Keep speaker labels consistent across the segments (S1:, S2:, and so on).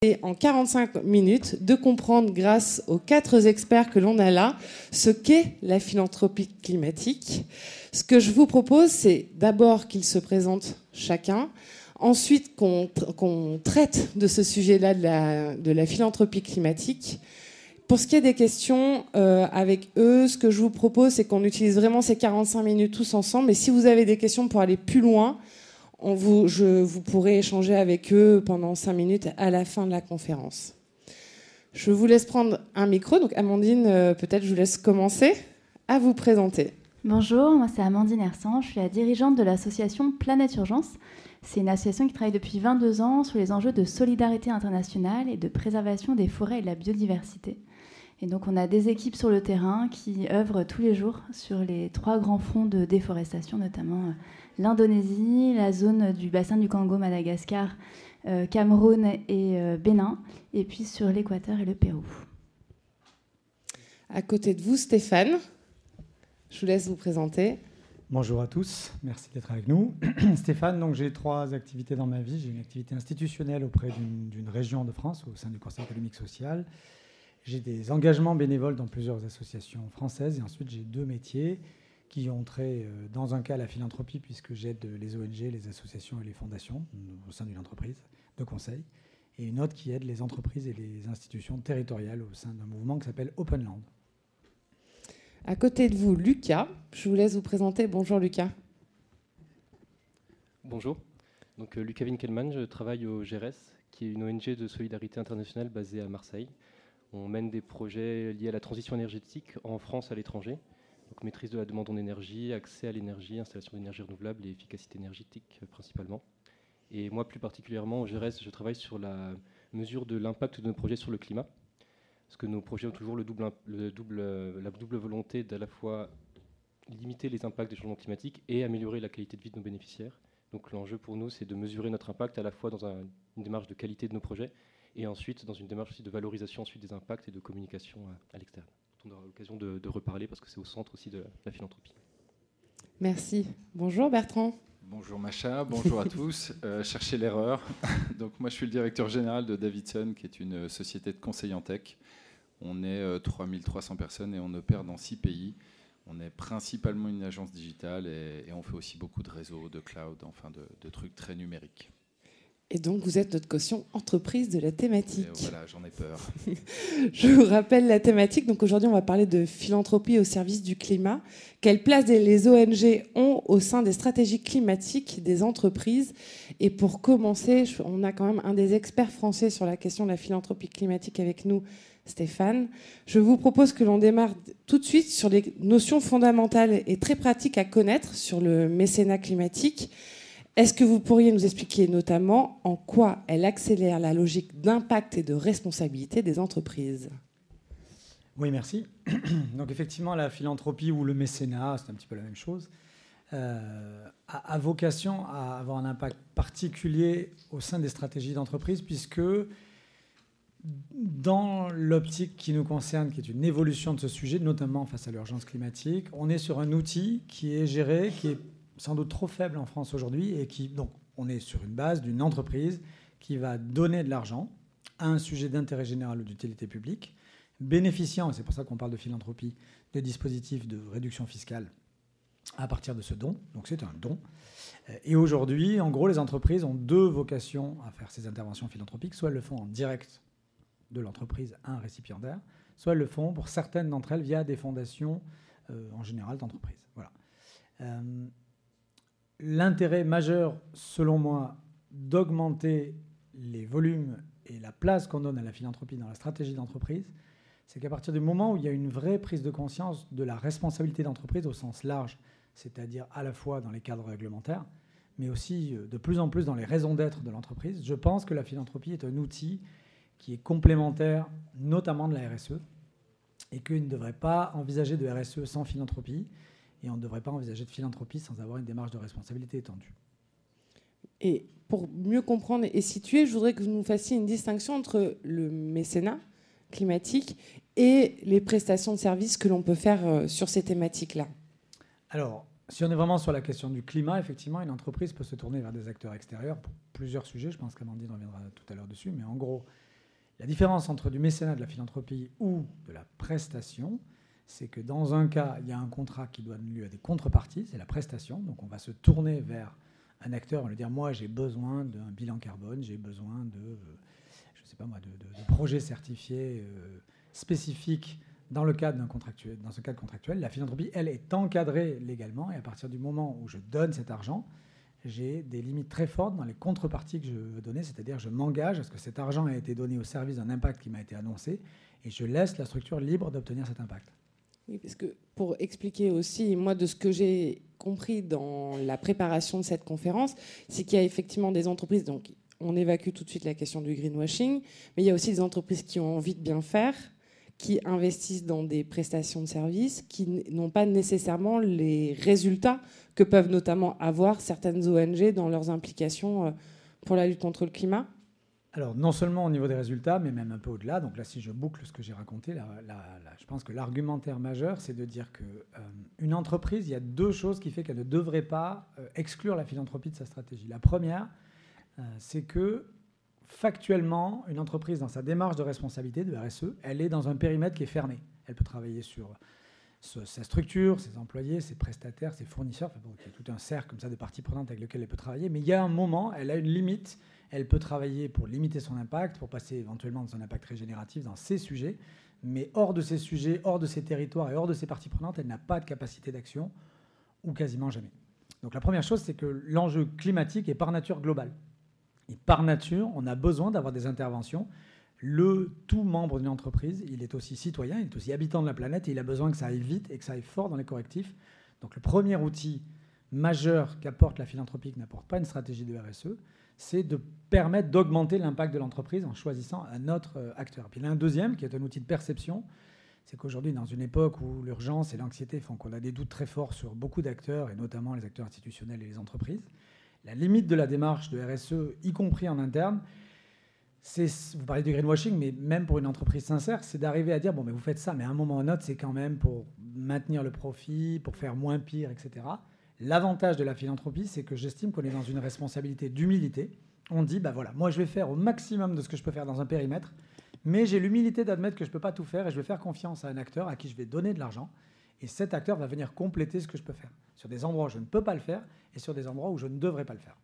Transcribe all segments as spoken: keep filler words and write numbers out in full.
S1: Et en quarante-cinq minutes, de comprendre grâce aux quatre experts que l'on a là ce qu'est la philanthropie climatique. Ce que je vous propose, c'est d'abord qu'ils se présentent chacun, ensuite qu'on, qu'on traite de ce sujet-là de la, de la philanthropie climatique. Pour ce qui est des questions euh, avec eux, ce que je vous propose, c'est qu'on utilise vraiment ces quarante-cinq minutes tous ensemble. Et si vous avez des questions pour aller plus loin, On vous, je, vous pourrez échanger avec eux pendant cinq minutes à la fin de la conférence. Je vous laisse prendre un micro. Donc Amandine, euh, peut-être je vous laisse commencer à vous présenter.
S2: Bonjour, moi c'est Amandine Hersan, je suis la dirigeante de l'association Planète Urgence. C'est une association qui travaille depuis vingt-deux ans sur les enjeux de solidarité internationale et de préservation des forêts et de la biodiversité. Et donc on a des équipes sur le terrain qui œuvrent tous les jours sur les trois grands fronts de déforestation, notamment l'Indonésie, la zone du bassin du Congo, Madagascar, euh, Cameroun et euh, Bénin, et puis sur l'Équateur et le Pérou.
S1: À côté de vous, Stéphane, je vous laisse vous présenter.
S3: Bonjour à tous, merci d'être avec nous. Stéphane, donc j'ai trois activités dans ma vie. J'ai une activité institutionnelle auprès d'une, d'une région de France, au sein du Conseil économique social. J'ai des engagements bénévoles dans plusieurs associations françaises, et ensuite j'ai deux métiers qui ont trait, dans un cas, à la philanthropie, puisque j'aide les O N G, les associations et les fondations au sein d'une entreprise de conseil, et une autre qui aide les entreprises et les institutions territoriales au sein d'un mouvement qui s'appelle Open Land.
S1: À côté de vous, Lucas, je vous laisse vous présenter. Bonjour Lucas.
S4: Bonjour, donc euh, Lucas Winkelmann, je travaille au G R E S, qui est une O N G de solidarité internationale basée à Marseille. On mène des projets liés à la transition énergétique en France et à l'étranger. Donc maîtrise de la demande en énergie, accès à l'énergie, installation d'énergie renouvelable et efficacité énergétique euh, principalement. Et moi plus particulièrement au G R E S, je travaille sur la mesure de l'impact de nos projets sur le climat. Parce que nos projets ont toujours le double, le double, la double volonté d'à la fois limiter les impacts des changements climatiques et améliorer la qualité de vie de nos bénéficiaires. Donc l'enjeu pour nous, c'est de mesurer notre impact à la fois dans un, une démarche de qualité de nos projets et ensuite dans une démarche aussi de valorisation ensuite des impacts et de communication à, à l'extérieur. On aura l'occasion de, de reparler parce que c'est au centre aussi de la philanthropie.
S1: Merci. Bonjour Bertrand.
S5: Bonjour Macha, bonjour à tous. Euh, cherchez l'erreur. Donc moi je suis le directeur général de Davidson, qui est une société de conseil en tech. On est euh, trois mille trois cents personnes et on opère dans six pays. On est principalement une agence digitale et, et on fait aussi beaucoup de réseaux, de cloud, enfin de, de trucs très numériques.
S1: Et donc, vous êtes notre caution entreprise de la thématique.
S5: Et voilà, j'en ai peur.
S1: Je vous rappelle la thématique. Donc aujourd'hui, on va parler de philanthropie au service du climat. Quelle place les O N G ont au sein des stratégies climatiques des entreprises? Et pour commencer, on a quand même un des experts français sur la question de la philanthropie climatique avec nous, Stéphane. Je vous propose que l'on démarre tout de suite sur les notions fondamentales et très pratiques à connaître sur le mécénat climatique. Est-ce que vous pourriez nous expliquer notamment en quoi elle accélère la logique d'impact et de responsabilité des entreprises ?
S3: Oui, merci. Donc effectivement, la philanthropie ou le mécénat, c'est un petit peu la même chose, euh, a, a vocation à avoir un impact particulier au sein des stratégies d'entreprise, puisque dans l'optique qui nous concerne, qui est une évolution de ce sujet, notamment face à l'urgence climatique, on est sur un outil qui est géré, qui est sans doute trop faible en France aujourd'hui, et qui, donc, on est sur une base d'une entreprise qui va donner de l'argent à un sujet d'intérêt général ou d'utilité publique, bénéficiant, et c'est pour ça qu'on parle de philanthropie, de dispositifs de réduction fiscale à partir de ce don. Donc c'est un don. Et aujourd'hui, en gros, les entreprises ont deux vocations à faire ces interventions philanthropiques. Soit elles le font en direct de l'entreprise à un récipiendaire, soit elles le font pour certaines d'entre elles via des fondations, euh, en général, d'entreprises. Voilà. Euh, L'intérêt majeur, selon moi, d'augmenter les volumes et la place qu'on donne à la philanthropie dans la stratégie d'entreprise, c'est qu'à partir du moment où il y a une vraie prise de conscience de la responsabilité d'entreprise au sens large, c'est-à-dire à la fois dans les cadres réglementaires, mais aussi de plus en plus dans les raisons d'être de l'entreprise, je pense que la philanthropie est un outil qui est complémentaire, notamment de la R S E, et qu'il ne devrait pas envisager de R S E sans philanthropie, et on ne devrait pas envisager de philanthropie sans avoir une démarche de responsabilité étendue.
S1: Et pour mieux comprendre et situer, je voudrais que vous nous fassiez une distinction entre le mécénat climatique et les prestations de services que l'on peut faire sur ces thématiques-là.
S3: Alors, si on est vraiment sur la question du climat, effectivement, une entreprise peut se tourner vers des acteurs extérieurs pour plusieurs sujets. Je pense qu'Amandine reviendra tout à l'heure dessus. Mais en gros, La différence entre du mécénat, de la philanthropie ou de la prestation, c'est que dans un cas, il y a un contrat qui doit donner lieu à des contreparties, c'est la prestation. Donc on va se tourner vers un acteur, on va lui dire, moi j'ai besoin d'un bilan carbone, j'ai besoin de, je sais pas moi, de, de, de projets certifiés euh, spécifiques dans le cadre d'un contractuel, dans ce cadre contractuel. La philanthropie, elle, est encadrée légalement, et à partir du moment où je donne cet argent, j'ai des limites très fortes dans les contreparties que je veux donner, c'est-à-dire je m'engage à ce que cet argent ait été donné au service d'un impact qui m'a été annoncé, et je laisse la structure libre d'obtenir cet impact.
S1: Oui, parce que pour expliquer aussi, moi, de ce que j'ai compris dans la préparation de cette conférence, c'est qu'il y a effectivement des entreprises, donc on évacue tout de suite la question du greenwashing, mais il y a aussi des entreprises qui ont envie de bien faire, qui investissent dans des prestations de services, qui n'ont pas nécessairement les résultats que peuvent notamment avoir certaines O N G dans leurs implications pour la lutte contre le climat.
S3: Alors, non seulement au niveau des résultats, mais même un peu au-delà. Donc là, si je boucle ce que j'ai raconté, là, là, là, je pense que l'argumentaire majeur, c'est de dire qu'une euh, entreprise, il y a deux choses qui font qu'elle ne devrait pas euh, exclure la philanthropie de sa stratégie. La première, euh, c'est que factuellement, une entreprise, dans sa démarche de responsabilité, de R S E, elle est dans un périmètre qui est fermé. Elle peut travailler sur sa structure, ses employés, ses prestataires, ses fournisseurs. Enfin bon, il y a tout un cercle comme ça de parties prenantes avec lesquelles elle peut travailler. Mais il y a un moment, elle a une limite. Elle peut travailler pour limiter son impact, pour passer éventuellement dans un impact régénératif dans ces sujets. Mais hors de ces sujets, hors de ces territoires et hors de ces parties prenantes, elle n'a pas de capacité d'action, ou quasiment jamais. Donc la première chose, c'est que l'enjeu climatique est par nature global. Et par nature, on a besoin d'avoir des interventions. Le tout membre d'une entreprise, il est aussi citoyen, il est aussi habitant de la planète, et il a besoin que ça aille vite et que ça aille fort dans les correctifs. Donc le premier outil majeur qu'apporte la philanthropie, qui n'apporte pas une stratégie de R S E, c'est de permettre d'augmenter l'impact de l'entreprise en choisissant un autre acteur. Puis il y a un deuxième, qui est un outil de perception. C'est qu'aujourd'hui, dans une époque où l'urgence et l'anxiété font qu'on a des doutes très forts sur beaucoup d'acteurs, et notamment les acteurs institutionnels et les entreprises, la limite de la démarche de R S E, y compris en interne, c'est, vous parlez du greenwashing, mais même pour une entreprise sincère, c'est d'arriver à dire, bon, mais vous faites ça, mais à un moment ou à un autre, c'est quand même pour maintenir le profit, pour faire moins pire, et cetera. L'avantage de la philanthropie, c'est que j'estime qu'on est dans une responsabilité d'humilité. On dit, bah voilà, moi je vais faire au maximum de ce que je peux faire dans un périmètre, mais j'ai l'humilité d'admettre que je ne peux pas tout faire et je vais faire confiance à un acteur à qui je vais donner de l'argent. Et cet acteur va venir compléter ce que je peux faire. Sur des endroits où je ne peux pas le faire et sur des endroits où je ne devrais pas le faire.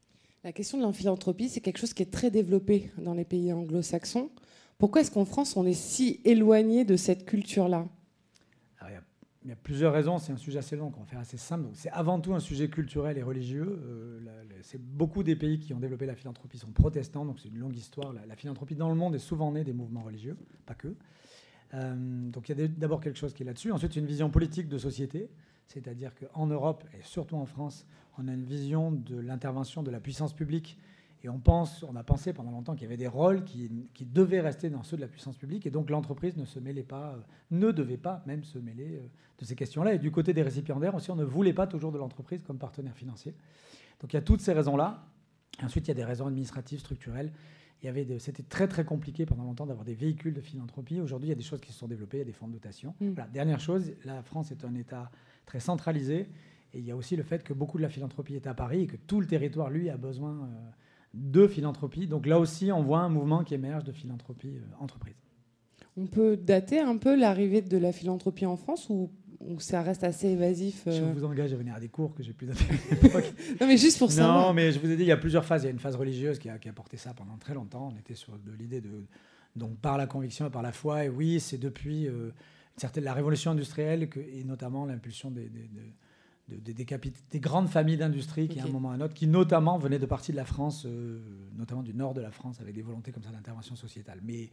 S1: La question de la philanthropie, c'est quelque chose qui est très développé dans les pays anglo-saxons. Pourquoi est-ce qu'en France, on est si éloigné de cette culture-là ?
S3: Alors, il y a Il y a plusieurs raisons, c'est un sujet assez long, qu'on va faire assez simple. Donc, c'est avant tout un sujet culturel et religieux. Euh, la, la, c'est beaucoup des pays qui ont développé la philanthropie sont protestants, donc c'est une longue histoire. La, la philanthropie dans le monde est souvent née des mouvements religieux, pas que. Euh, donc il y a d'abord quelque chose qui est là-dessus. Ensuite, c'est une vision politique de société, c'est-à-dire qu'en Europe, et surtout en France, on a une vision de l'intervention de la puissance publique. Et on, pense, on a pensé pendant longtemps qu'il y avait des rôles qui, qui devaient rester dans ceux de la puissance publique. Et donc l'entreprise ne se mêlait pas, ne devait pas même se mêler de ces questions-là. Et du côté des récipiendaires aussi, on ne voulait pas toujours de l'entreprise comme partenaire financier. Donc il y a toutes ces raisons-là. Ensuite, il y a des raisons administratives, structurelles. Il y avait de, c'était très très compliqué pendant longtemps d'avoir des véhicules de philanthropie. Aujourd'hui, il y a des choses qui se sont développées, il y a des fonds de dotation. Mmh. Voilà. Dernière chose, la France est un État très centralisé. Et il y a aussi le fait que beaucoup de la philanthropie est à Paris et que tout le territoire, lui, a besoin... Euh, de philanthropie. Donc là aussi, on voit un mouvement qui émerge de philanthropie euh, entreprise.
S1: On peut dater un peu l'arrivée de la philanthropie en France ou, ou ça reste assez évasif euh...
S3: Je vous engage à venir à des cours que j'ai pu donner à l'époque.
S1: Non, mais juste pour ça.
S3: Non, savoir. Mais je vous ai dit, il y a plusieurs phases. Il y a une phase religieuse qui a, qui a porté ça pendant très longtemps. On était sur de l'idée de... Donc par la conviction et par la foi. Et oui, c'est depuis euh, une certaine, la révolution industrielle que, et notamment l'impulsion des... des, des De, des, des, capit- des grandes familles d'industrie qui, okay. à un moment ou à un autre, qui notamment venaient de parties de la France, euh, notamment du nord de la France, avec des volontés comme ça d'intervention sociétale. Mais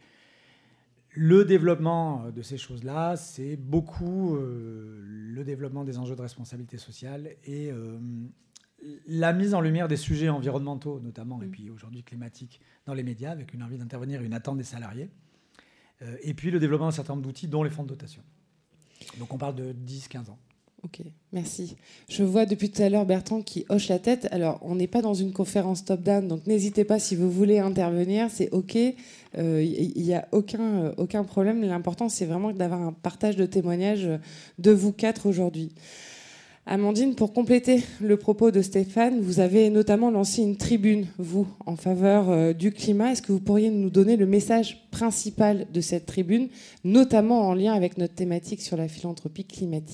S3: le développement de ces choses-là, c'est beaucoup euh, le développement des enjeux de responsabilité sociale et euh, la mise en lumière des sujets environnementaux, notamment, mmh. et puis aujourd'hui climatiques, dans les médias, avec une envie d'intervenir et une attente des salariés. Euh, et puis le développement d'un certain nombre d'outils, dont les fonds de dotation. Donc on parle de dix à quinze ans.
S1: Ok, merci. Je vois depuis tout à l'heure Bertrand qui hoche la tête. Alors, on n'est pas dans une conférence top-down, donc n'hésitez pas si vous voulez intervenir, c'est ok. Il euh, n'y a aucun, euh, aucun problème. L'important, c'est vraiment d'avoir un partage de témoignages de vous quatre aujourd'hui. Amandine, pour compléter le propos de Stéphane, vous avez notamment lancé une tribune, vous, en faveur euh, du climat. Est-ce que vous pourriez nous donner le message principal de cette tribune, notamment en lien avec notre thématique sur la philanthropie climatique ?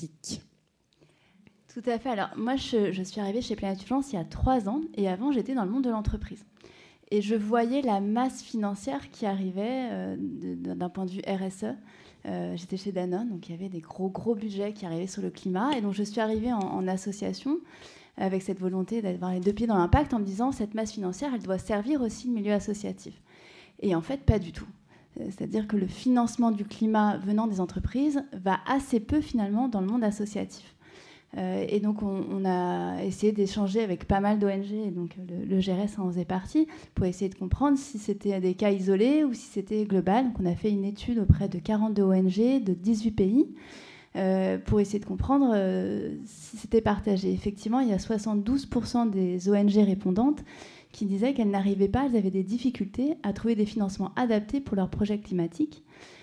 S2: Tout à fait. Alors, moi, je, je suis arrivée chez Planète Urgence il y a trois ans, et avant, j'étais dans le monde de l'entreprise. Et je voyais la masse financière qui arrivait euh, d'un point de vue R S E. Euh, j'étais chez Danone, donc il y avait des gros, gros budgets qui arrivaient sur le climat. Et donc, je suis arrivée en, en association avec cette volonté d'avoir les deux pieds dans l'impact en me disant cette masse financière, elle doit servir aussi le milieu associatif. Et en fait, pas du tout. C'est-à-dire que le financement du climat venant des entreprises va assez peu, finalement, dans le monde associatif. Euh, et donc, on, on a essayé d'échanger avec pas mal d'O N G, et donc le, le G R S en faisait partie, pour essayer de comprendre si c'était des cas isolés ou si c'était global. Donc, on a fait une étude auprès de quarante-deux O N G de dix-huit pays euh, pour essayer de comprendre euh, si c'était partagé. Effectivement, il y a soixante-douze pour cent des O N G répondantes qui disaient qu'elles n'arrivaient pas, elles avaient des difficultés à trouver des financements adaptés pour leurs projets climatiques.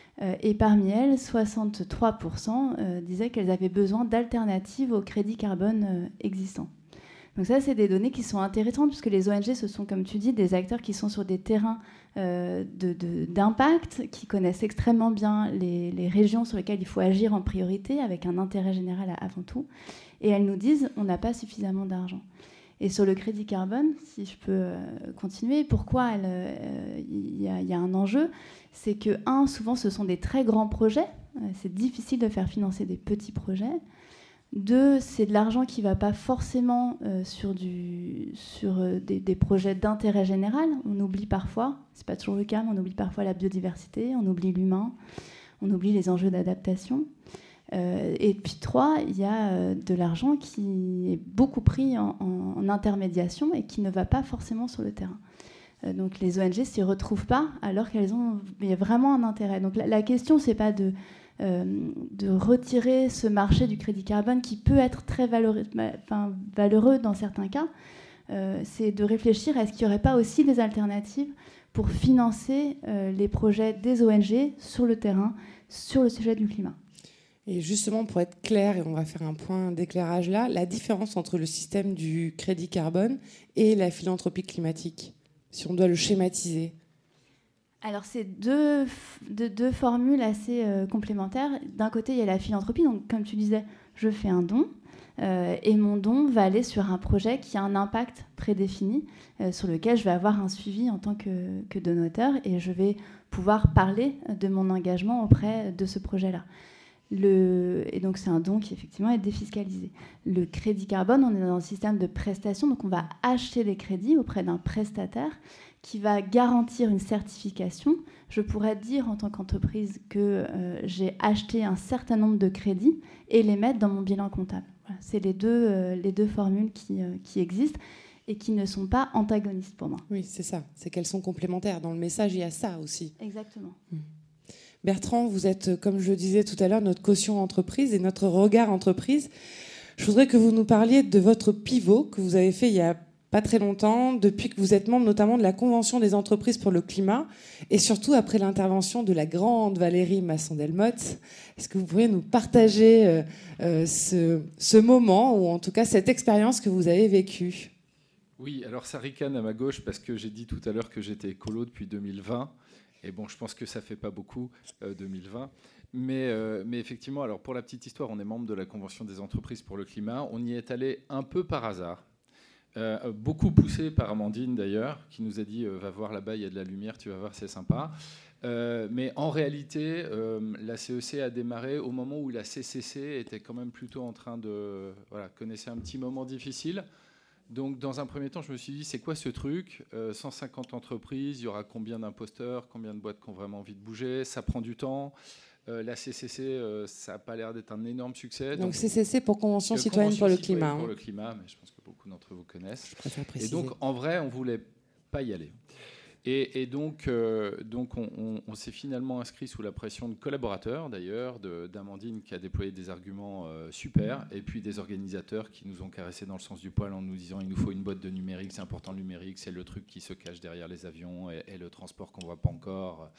S2: Et parmi elles, soixante-trois pour cent disaient qu'elles avaient besoin d'alternatives au crédit carbone existant. Donc ça, c'est des données qui sont intéressantes, puisque les O N G, ce sont, comme tu dis, des acteurs qui sont sur des terrains euh, de, de, d'impact, qui connaissent extrêmement bien les, les régions sur lesquelles il faut agir en priorité, avec un intérêt général avant tout. Et elles nous disent, on n'a pas suffisamment d'argent. Et sur le crédit carbone, si je peux euh, continuer, pourquoi il euh, y, y a un enjeu, c'est que, un, souvent, ce sont des très grands projets. Euh, c'est difficile de faire financer des petits projets. Deux, c'est de l'argent qui ne va pas forcément euh, sur, du, sur euh, des, des projets d'intérêt général. On oublie parfois, ce n'est pas toujours le cas, mais on oublie parfois la biodiversité, on oublie l'humain, on oublie les enjeux d'adaptation. Euh, et puis trois, il y a euh, de l'argent qui est beaucoup pris en, en, en intermédiation et qui ne va pas forcément sur le terrain. Euh, donc les O N G ne s'y retrouvent pas alors qu'elles ont il y a vraiment un intérêt. Donc la, la question, ce n'est pas de, euh, de retirer ce marché du crédit carbone qui peut être très valeureux, enfin, valeureux dans certains cas. Euh, c'est de réfléchir à est-ce qu'il n'y aurait pas aussi des alternatives pour financer euh, les projets des O N G sur le terrain, sur le sujet du climat.
S1: Et justement, pour être clair, et on va faire un point d'éclairage là, la différence entre le système du crédit carbone et la philanthropie climatique, si on doit le schématiser.
S2: Alors, c'est deux, deux, deux formules assez euh, complémentaires. D'un côté, il y a la philanthropie. Donc, comme tu disais, je fais un don. Euh, et mon don va aller sur un projet qui a un impact prédéfini, euh, sur lequel je vais avoir un suivi en tant que, que donateur. Et je vais pouvoir parler de mon engagement auprès de ce projet-là. Le, et donc, c'est un don qui, effectivement, est défiscalisé. Le crédit carbone, on est dans un système de prestation. Donc, on va acheter des crédits auprès d'un prestataire qui va garantir une certification. Je pourrais dire, en tant qu'entreprise, que euh, j'ai acheté un certain nombre de crédits et les mettre dans mon bilan comptable. Voilà, c'est les deux, euh, les deux formules qui, euh, qui existent et qui ne sont pas antagonistes pour moi.
S1: Oui, c'est ça. C'est qu'elles sont complémentaires. Dans le message, il y a ça aussi.
S2: Exactement.
S1: Mmh. Bertrand, vous êtes, comme je le disais tout à l'heure, notre caution entreprise et notre regard entreprise. Je voudrais que vous nous parliez de votre pivot que vous avez fait il y a pas très longtemps, depuis que vous êtes membre notamment de la Convention des entreprises pour le climat, et surtout après l'intervention de la grande Valérie Masson-Delmotte. Est-ce que vous pourriez nous partager euh, euh, ce, ce moment, ou en tout cas cette expérience que vous avez vécue ?
S5: Oui, alors ça ricane à ma gauche parce que j'ai dit tout à l'heure que j'étais écolo depuis deux mille vingt. Et bon, je pense que ça ne fait pas beaucoup, euh, deux mille vingt. Mais, euh, mais effectivement, alors pour la petite histoire, on est membre de la Convention des entreprises pour le climat. On y est allé un peu par hasard. Euh, beaucoup poussé par Amandine, d'ailleurs, qui nous a dit euh, « Va voir là-bas, il y a de la lumière, tu vas voir, c'est sympa euh, ». Mais en réalité, euh, la C E C a démarré au moment où la C C C était quand même plutôt en train de... Voilà, connaissait un petit moment difficile. Donc, dans un premier temps, je me suis dit, c'est quoi ce truc euh, cent cinquante entreprises, il y aura combien d'imposteurs, combien de boîtes qui ont vraiment envie de bouger, ça prend du temps. Euh, la C C C, euh, ça n'a pas l'air d'être un énorme succès.
S1: Donc, donc C C C pour Convention citoyenne
S5: pour
S1: le
S5: citoyenne
S1: climat.
S5: Pour
S1: hein.
S5: le climat, mais je pense que beaucoup d'entre vous connaissent.
S1: Je préfère préciser.
S5: Et donc, en vrai, on ne voulait pas y aller. Et, et donc, euh, donc on, on, on s'est finalement inscrit sous la pression de collaborateurs, d'ailleurs, de, d'Amandine qui a déployé des arguments euh, super, et puis des organisateurs qui nous ont caressé dans le sens du poil en nous disant il nous faut une boîte de numérique, c'est important le numérique, c'est le truc qui se cache derrière les avions et, et le transport qu'on ne voit pas encore.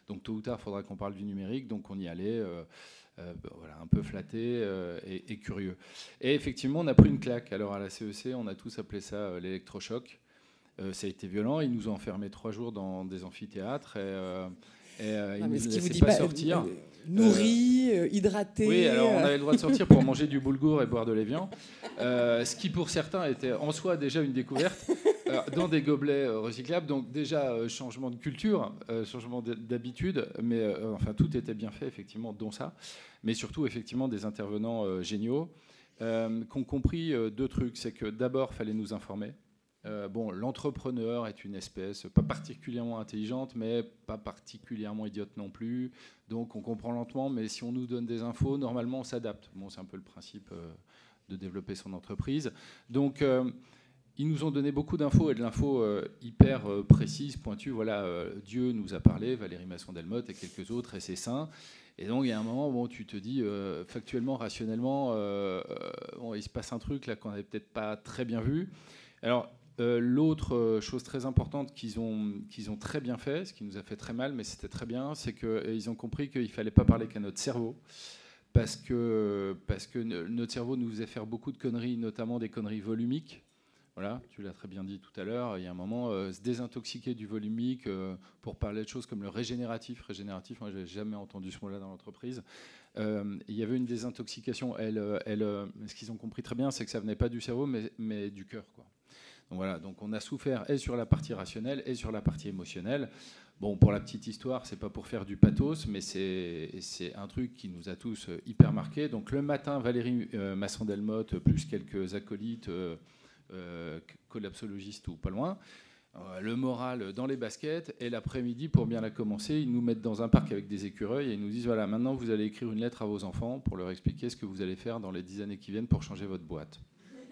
S5: Donc tôt ou tard, il faudra qu'on parle du numérique. Donc on y allait, euh, euh, voilà, un peu flatté euh, et, et curieux. Et effectivement, on a pris une claque. Alors à la C E C, on a tous appelé ça euh, l'électrochoc. Euh, ça a été violent. Ils nous ont enfermés trois jours dans des amphithéâtres. Et, euh, Et euh, il ne nous laissait pas sortir.
S1: Euh, nourri, euh, hydraté.
S5: Oui, alors on avait le droit de sortir pour manger du boulgour et boire de l'évian. Euh, ce qui pour certains était en soi déjà une découverte, euh, dans des gobelets euh, recyclables. Donc déjà, euh, changement de culture, euh, changement d'habitude, mais euh, enfin tout était bien fait, effectivement, dont ça. Mais surtout, effectivement, des intervenants euh, géniaux euh, qui ont compris euh, deux trucs. C'est que d'abord, il fallait nous informer. Euh, bon, l'entrepreneur est une espèce pas particulièrement intelligente, mais pas particulièrement idiote non plus. Donc, on comprend lentement, mais si on nous donne des infos, normalement, on s'adapte. Bon, c'est un peu le principe euh, de développer son entreprise. Donc, euh, ils nous ont donné beaucoup d'infos et de l'info euh, hyper euh, précise, pointue. Voilà, euh, Dieu nous a parlé, Valérie Masson-Delmotte et quelques autres, et c'est saint. Et donc, il y a un moment, bon, tu te dis, euh, factuellement, rationnellement, euh, bon, il se passe un truc là qu'on n'avait peut-être pas très bien vu. Alors, Euh, l'autre euh, chose très importante qu'ils ont, qu'ils ont très bien fait, ce qui nous a fait très mal, mais c'était très bien, c'est qu'ils ont compris qu'il ne fallait pas parler qu'à notre cerveau, parce que, parce que notre cerveau nous faisait faire beaucoup de conneries, notamment des conneries volumiques. Voilà, tu l'as très bien dit tout à l'heure, il y a un moment, euh, se désintoxiquer du volumique euh, pour parler de choses comme le régénératif. Régénératif, moi, je n'avais jamais entendu ce mot-là dans l'entreprise. Euh, il y avait une désintoxication. Elle, elle, ce qu'ils ont compris très bien, c'est que ça ne venait pas du cerveau, mais, mais du cœur, quoi. Donc voilà, donc on a souffert et sur la partie rationnelle et sur la partie émotionnelle. Bon, pour la petite histoire, c'est pas pour faire du pathos, mais c'est, c'est un truc qui nous a tous hyper marqués. Donc le matin, Valérie euh, Masson-Delmotte, plus quelques acolytes, euh, euh, collapsologistes ou pas loin, euh, le moral dans les baskets. Et l'après-midi, pour bien la commencer, ils nous mettent dans un parc avec des écureuils et ils nous disent, voilà, maintenant vous allez écrire une lettre à vos enfants pour leur expliquer ce que vous allez faire dans les dix années qui viennent pour changer votre boîte.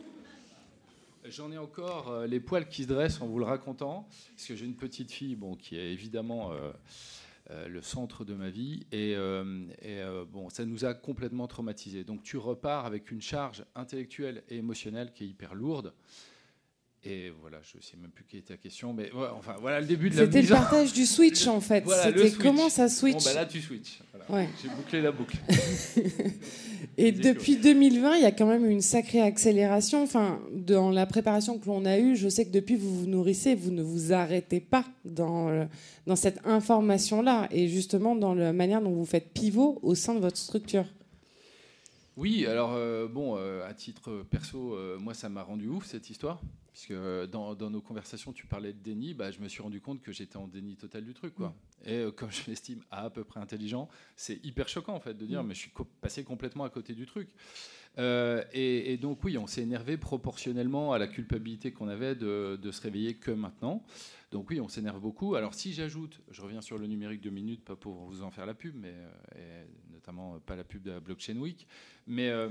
S5: J'en ai encore euh, les poils qui se dressent en vous le racontant, parce que j'ai une petite fille, bon, qui est évidemment euh, euh, le centre de ma vie, et, euh, et euh, bon, ça nous a complètement traumatisés. Donc tu repars avec une charge intellectuelle et émotionnelle qui est hyper lourde. Et voilà, je ne sais même plus quelle était la question, mais ouais, enfin voilà le début de la mise.
S1: C'était le partage du switch en fait.
S5: Voilà,
S1: C'était comment ça switch.
S5: Bon, bah là tu switches. Voilà.
S1: Ouais.
S5: J'ai bouclé la boucle.
S1: Et depuis deux mille vingt, il y a quand même une sacrée accélération. Enfin, dans la préparation que l'on a eue, je sais que depuis vous vous nourrissez, vous ne vous arrêtez pas dans, euh, dans cette information-là et justement dans la manière dont vous faites pivot au sein de votre structure.
S5: Oui, alors euh, bon, euh, à titre perso, euh, moi ça m'a rendu ouf cette histoire, puisque euh, dans, dans nos conversations tu parlais de déni, bah, je me suis rendu compte que j'étais en déni total du truc, quoi. Mmh. Et euh, comme je m'estime à, à peu près intelligent, c'est hyper choquant en fait de dire, mmh. mais je suis co- passé complètement à côté du truc. Euh, et, et donc oui, on s'est énervé proportionnellement à la culpabilité qu'on avait de, de se réveiller que maintenant. Donc oui, on s'énerve beaucoup. Alors si j'ajoute, je reviens sur le numérique deux minutes, pas pour vous en faire la pub, mais euh, et notamment pas la pub de la Blockchain Week, mais euh,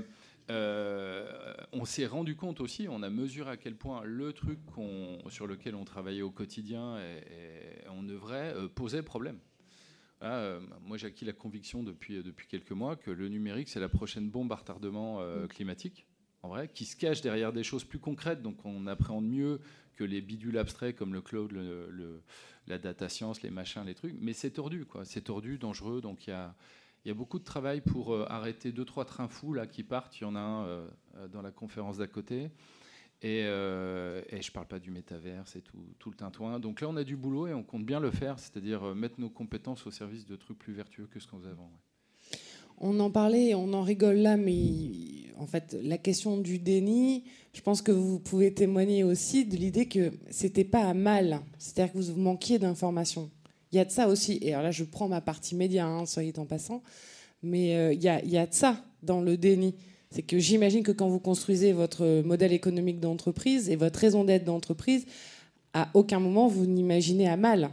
S5: euh, on s'est rendu compte aussi, on a mesuré à quel point le truc qu'on, sur lequel on travaillait au quotidien et, et on œuvrait euh, posait problème. Là, euh, moi, j'ai acquis la conviction depuis, depuis quelques mois que le numérique, c'est la prochaine bombe à retardement euh, climatique, en vrai, qui se cache derrière des choses plus concrètes, donc on appréhende mieux que les bidules abstraits comme le cloud, le, le, la data science, les machins, les trucs, mais c'est tordu, quoi. C'est tordu, dangereux, donc il y a, y a beaucoup de travail pour euh, arrêter deux, trois trains fous là, qui partent. Il y en a un euh, dans la conférence d'à côté. Et, euh, et je ne parle pas du métavers, c'est tout, tout le tintouin. Donc là, on a du boulot et on compte bien le faire, c'est-à-dire euh, mettre nos compétences au service de trucs plus vertueux que ce qu'on faisait avant. Ouais.
S1: On en parlait, on en rigole là, mais en fait, la question du déni, je pense que vous pouvez témoigner aussi de l'idée que c'était pas à mal, c'est-à-dire que vous manquiez d'informations. Il y a de ça aussi, et alors là, je prends ma partie média, hein, soyez en passant, mais euh, il y a, il y a de ça dans le déni. C'est que j'imagine que quand vous construisez votre modèle économique d'entreprise et votre raison d'être d'entreprise, à aucun moment vous n'imaginez à mal.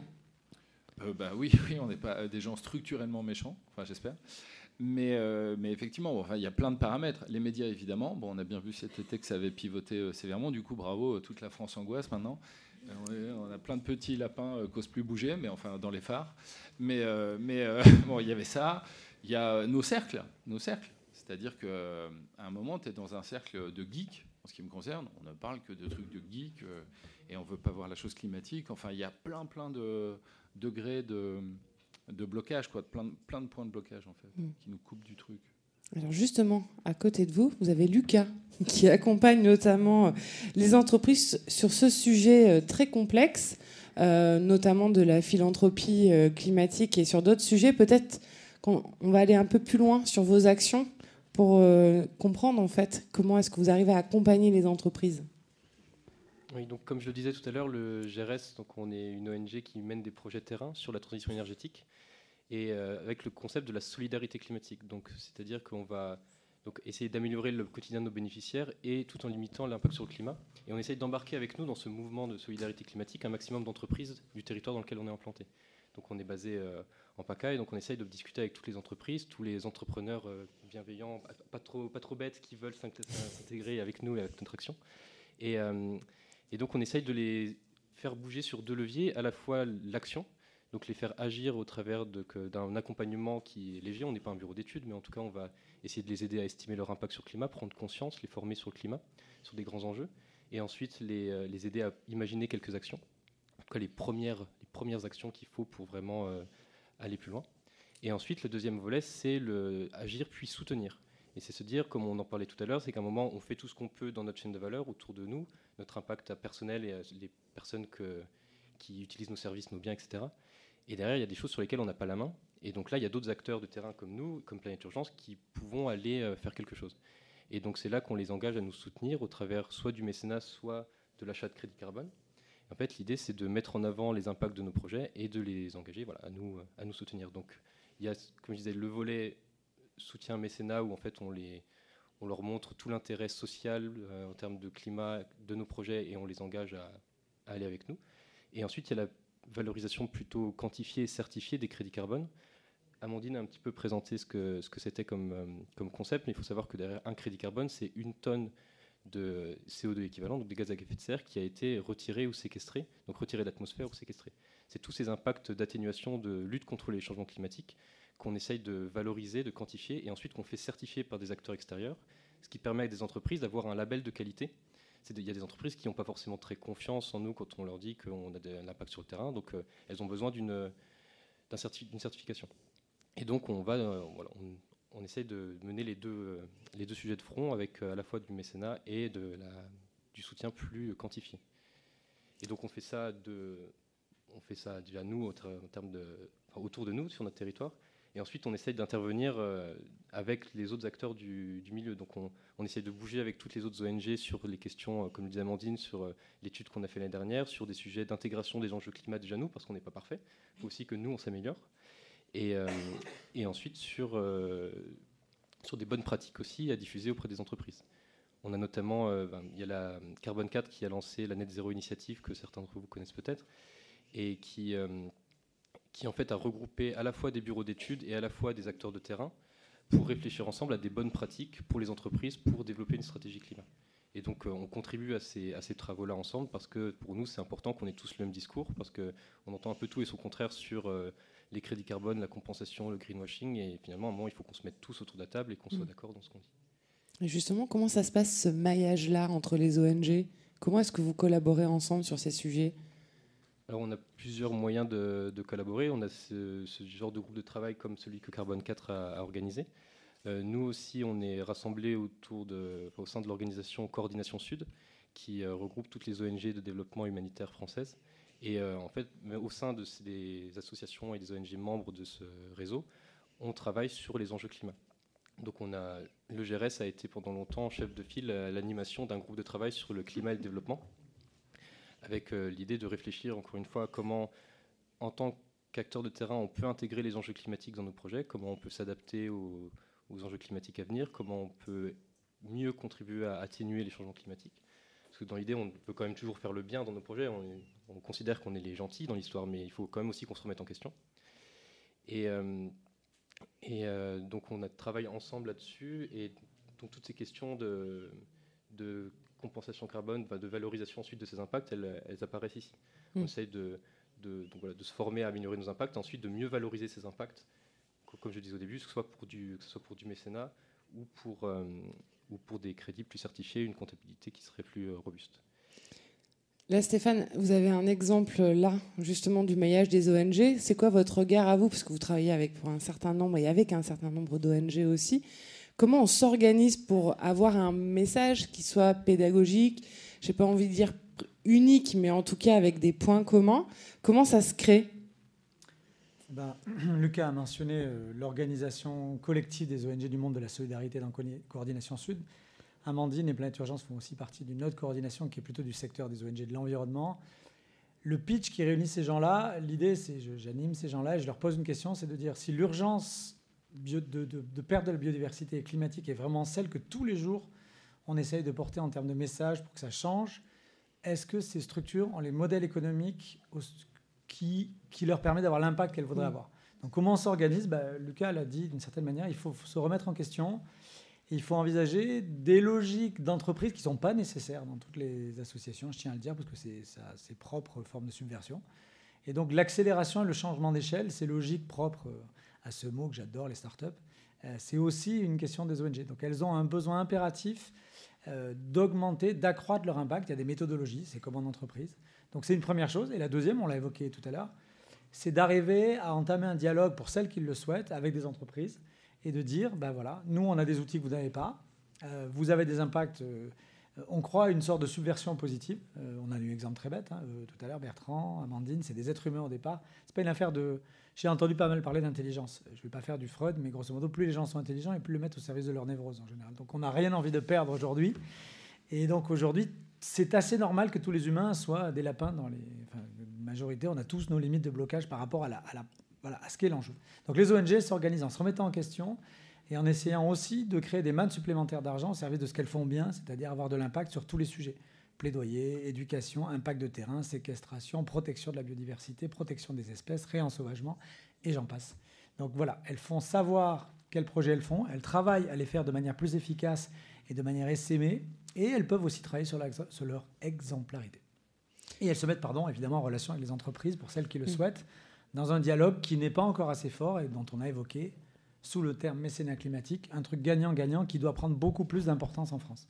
S5: Euh, bah oui, oui, on n'est pas des gens structurellement méchants, enfin j'espère. Mais, euh, mais effectivement, bon, enfin, il y a plein de paramètres. Les médias, évidemment. Bon, on a bien vu cet été que ça avait pivoté euh, sévèrement. Du coup, bravo, toute la France angoisse maintenant. Euh, on a plein de petits lapins euh, qui n'osent plus bouger, mais enfin dans les phares. Mais, euh, mais euh, bon, il y avait ça. Il y a nos cercles, nos cercles. C'est-à-dire qu'à euh, un moment, tu es dans un cercle de geeks, en ce qui me concerne. On ne parle que de trucs de geeks euh, et on ne veut pas voir la chose climatique. Enfin, il y a plein, plein de degrés de, de blocage, quoi, de plein, de, plein de points de blocage, en fait, mmh. qui nous coupent du truc.
S1: Alors justement, à côté de vous, vous avez Lucas, qui accompagne notamment les entreprises sur ce sujet très complexe, euh, notamment de la philanthropie climatique et sur d'autres sujets. Peut-être qu'on on va aller un peu plus loin sur vos actions pour euh, comprendre en fait comment est-ce que vous arrivez à accompagner les entreprises.
S4: Oui, donc comme je le disais tout à l'heure, le G R E S, donc on est une O N G qui mène des projets terrain sur la transition énergétique et euh, avec le concept de la solidarité climatique. Donc, c'est-à-dire qu'on va donc, essayer d'améliorer le quotidien de nos bénéficiaires et tout en limitant l'impact sur le climat. Et on essaye d'embarquer avec nous dans ce mouvement de solidarité climatique un maximum d'entreprises du territoire dans lequel on est implanté. Donc on est basé euh, en PACA et donc on essaye de discuter avec toutes les entreprises, tous les entrepreneurs euh, bienveillants, pas trop, pas trop bêtes, qui veulent s'intégrer avec nous et avec notre action. Et, euh, et donc on essaye de les faire bouger sur deux leviers, à la fois l'action, donc les faire agir au travers de, que, d'un accompagnement qui est léger. On n'est pas un bureau d'études, mais en tout cas on va essayer de les aider à estimer leur impact sur le climat, prendre conscience, les former sur le climat, sur des grands enjeux, et ensuite les, les aider à imaginer quelques actions. En tout cas les premières, les premières actions qu'il faut pour vraiment euh, aller plus loin. Et ensuite le deuxième volet, c'est le agir puis soutenir. Et c'est se dire, comme on en parlait tout à l'heure, c'est qu'à un moment on fait tout ce qu'on peut dans notre chaîne de valeur autour de nous, notre impact personnel et les personnes que, qui utilisent nos services, nos biens, et cetera. Et derrière, il y a des choses sur lesquelles on n'a pas la main. Et donc là, il y a d'autres acteurs de terrain comme nous, comme Planète Urgence, qui pouvons aller euh, faire quelque chose. Et donc c'est là qu'on les engage à nous soutenir au travers soit du mécénat, soit de l'achat de crédit carbone. En fait, l'idée, c'est de mettre en avant les impacts de nos projets et de les engager voilà, à, nous, à nous soutenir. Donc il y a, comme je disais, le volet soutien mécénat où en fait on, les, on leur montre tout l'intérêt social euh, en termes de climat de nos projets et on les engage à, à aller avec nous. Et ensuite, il y a la valorisation plutôt quantifiée et certifiée des crédits carbone. Amandine a un petit peu présenté ce que, ce que c'était comme, euh, comme concept, mais il faut savoir que derrière un crédit carbone, c'est une tonne de C O deux équivalent, donc des gaz à effet de serre, qui a été retiré ou séquestré, donc retiré de l'atmosphère ou séquestré. C'est tous ces impacts d'atténuation, de lutte contre les changements climatiques qu'on essaye de valoriser, de quantifier, et ensuite qu'on fait certifier par des acteurs extérieurs, ce qui permet à des entreprises d'avoir un label de qualité. Il y a des entreprises qui n'ont pas forcément très confiance en nous quand on leur dit qu'on a de, un impact sur le terrain, donc euh, elles ont besoin d'une, d'un certi- d'une certification. Et donc on, va, euh, voilà, on, on essaye de mener les deux, euh, les deux sujets de front avec euh, à la fois du mécénat et de la, du soutien plus quantifié. Et donc on fait ça, de, on fait ça déjà nous en termes de, enfin, autour de nous, sur notre territoire. Et ensuite, on essaye d'intervenir euh, avec les autres acteurs du, du milieu. Donc, on, on essaye de bouger avec toutes les autres O N G sur les questions, euh, comme le disait Amandine, sur euh, l'étude qu'on a fait l'année dernière, sur des sujets d'intégration des enjeux climat déjà nous, parce qu'on n'est pas parfait. Il faut aussi que nous, on s'améliore. Et, euh, et ensuite, sur, euh, sur des bonnes pratiques aussi à diffuser auprès des entreprises. On a notamment, euh, ben, il y a la Carbone quatre qui a lancé la Net Zero Initiative, que certains d'entre vous connaissent peut-être, et qui... Euh, qui en fait a regroupé à la fois des bureaux d'études et à la fois des acteurs de terrain pour réfléchir ensemble à des bonnes pratiques pour les entreprises pour développer une stratégie climat. Et donc euh, on contribue à ces, à ces travaux-là ensemble parce que pour nous c'est important qu'on ait tous le même discours parce qu'on entend un peu tout et son contraire sur euh, les crédits carbone, la compensation, le greenwashing et finalement à un moment il faut qu'on se mette tous autour de la table et qu'on soit mmh. d'accord dans ce qu'on dit.
S1: Et justement, comment ça se passe ce maillage-là entre les O N G ? Comment est-ce que vous collaborez ensemble sur ces sujets ?
S4: Alors on a plusieurs moyens de, de collaborer. On a ce, ce genre de groupe de travail comme celui que Carbone quatre a, a organisé. Euh, nous aussi, on est rassemblés autour de, au sein de l'organisation Coordination Sud, qui euh, regroupe toutes les O N G de développement humanitaire françaises. Et euh, en fait, au sein de ces, des associations et des O N G membres de ce réseau, on travaille sur les enjeux climat. Donc on a, le G R E S a été pendant longtemps chef de file à l'animation d'un groupe de travail sur le climat et le développement, avec euh, l'idée de réfléchir, encore une fois, à comment, en tant qu'acteur de terrain, on peut intégrer les enjeux climatiques dans nos projets, comment on peut s'adapter aux, aux enjeux climatiques à venir, comment on peut mieux contribuer à atténuer les changements climatiques. Parce que dans l'idée, on peut quand même toujours faire le bien dans nos projets. On, est, on considère qu'on est les gentils dans l'histoire, mais il faut quand même aussi qu'on se remette en question. Et, euh, et euh, donc, on a travaillé ensemble là-dessus. Et donc, toutes ces questions de... de compensation carbone, de valorisation ensuite de ces impacts, elles, elles apparaissent ici. Mmh. On essaye de, de, donc voilà, de se former à améliorer nos impacts, ensuite de mieux valoriser ces impacts, comme je disais au début, que ce soit pour du, que ce soit pour du mécénat ou pour, euh, ou pour des crédits plus certifiés, une comptabilité qui serait plus euh, robuste.
S1: Là, Stéphane, vous avez un exemple là, justement, du maillage des O N G. C'est quoi votre regard à vous, parce que vous travaillez avec pour un certain nombre et avec un certain nombre d'O N G aussi. Comment on s'organise pour avoir un message qui soit pédagogique, j'ai pas envie de dire unique, mais en tout cas avec des points communs. Comment ça se crée ?
S3: Ben, Lucas a mentionné euh, l'organisation collective des O N G du monde de la solidarité dans Coordination Sud. Amandine et Planète Urgence font aussi partie d'une autre coordination qui est plutôt du secteur des O N G de l'environnement. Le pitch qui réunit ces gens-là, l'idée, c'est je, j'anime ces gens-là et je leur pose une question, c'est de dire si l'urgence bio, de, de, de perte de la biodiversité climatique est vraiment celle que tous les jours on essaye de porter en termes de message pour que ça change, est-ce que ces structures ont les modèles économiques qui, qui leur permettent d'avoir l'impact qu'elles voudraient mmh. avoir ? Donc comment on s'organise ? ben, Lucas l'a dit d'une certaine manière, il faut, faut se remettre en question. Il faut envisager des logiques d'entreprise qui ne sont pas nécessaires dans toutes les associations, je tiens à le dire, parce que c'est ça, ses propres formes de subversion. Et donc l'accélération et le changement d'échelle, ces logiques propres à ce mot que j'adore, les startups, c'est aussi une question des O N G. Donc elles ont un besoin impératif d'augmenter, d'accroître leur impact. Il y a des méthodologies, c'est comme en entreprise. Donc c'est une première chose. Et la deuxième, on l'a évoqué tout à l'heure, c'est d'arriver à entamer un dialogue pour celles qui le souhaitent avec des entreprises et de dire, ben voilà, nous, on a des outils que vous n'avez pas, euh, vous avez des impacts, euh, on croit à une sorte de subversion positive. Euh, on a eu un exemple très bête, hein, euh, tout à l'heure, Bertrand, Amandine, c'est des êtres humains au départ. C'est pas une affaire de... J'ai entendu pas mal parler d'intelligence. Je ne vais pas faire du Freud, mais grosso modo, plus les gens sont intelligents et plus le mettent au service de leur névrose en général. Donc on n'a rien envie de perdre aujourd'hui. Et donc aujourd'hui, c'est assez normal que tous les humains soient des lapins dans les... Enfin, la majorité, on a tous nos limites de blocage par rapport à la... À la Voilà, à ce qu'est l'enjeu. Donc les O N G s'organisent en se remettant en question et en essayant aussi de créer des mannes supplémentaires d'argent au service de ce qu'elles font bien, c'est-à-dire avoir de l'impact sur tous les sujets. Plaidoyer, éducation, impact de terrain, séquestration, protection de la biodiversité, protection des espèces, réensauvagement, et j'en passe. Donc voilà, elles font savoir quels projets elles font, elles travaillent à les faire de manière plus efficace et de manière essaimée, et elles peuvent aussi travailler sur, la, sur leur exemplarité. Et elles se mettent, pardon, évidemment en relation avec les entreprises pour celles qui le mmh. souhaitent, dans un dialogue qui n'est pas encore assez fort et dont on a évoqué, sous le terme mécénat climatique, un truc gagnant-gagnant qui doit prendre beaucoup plus d'importance en France.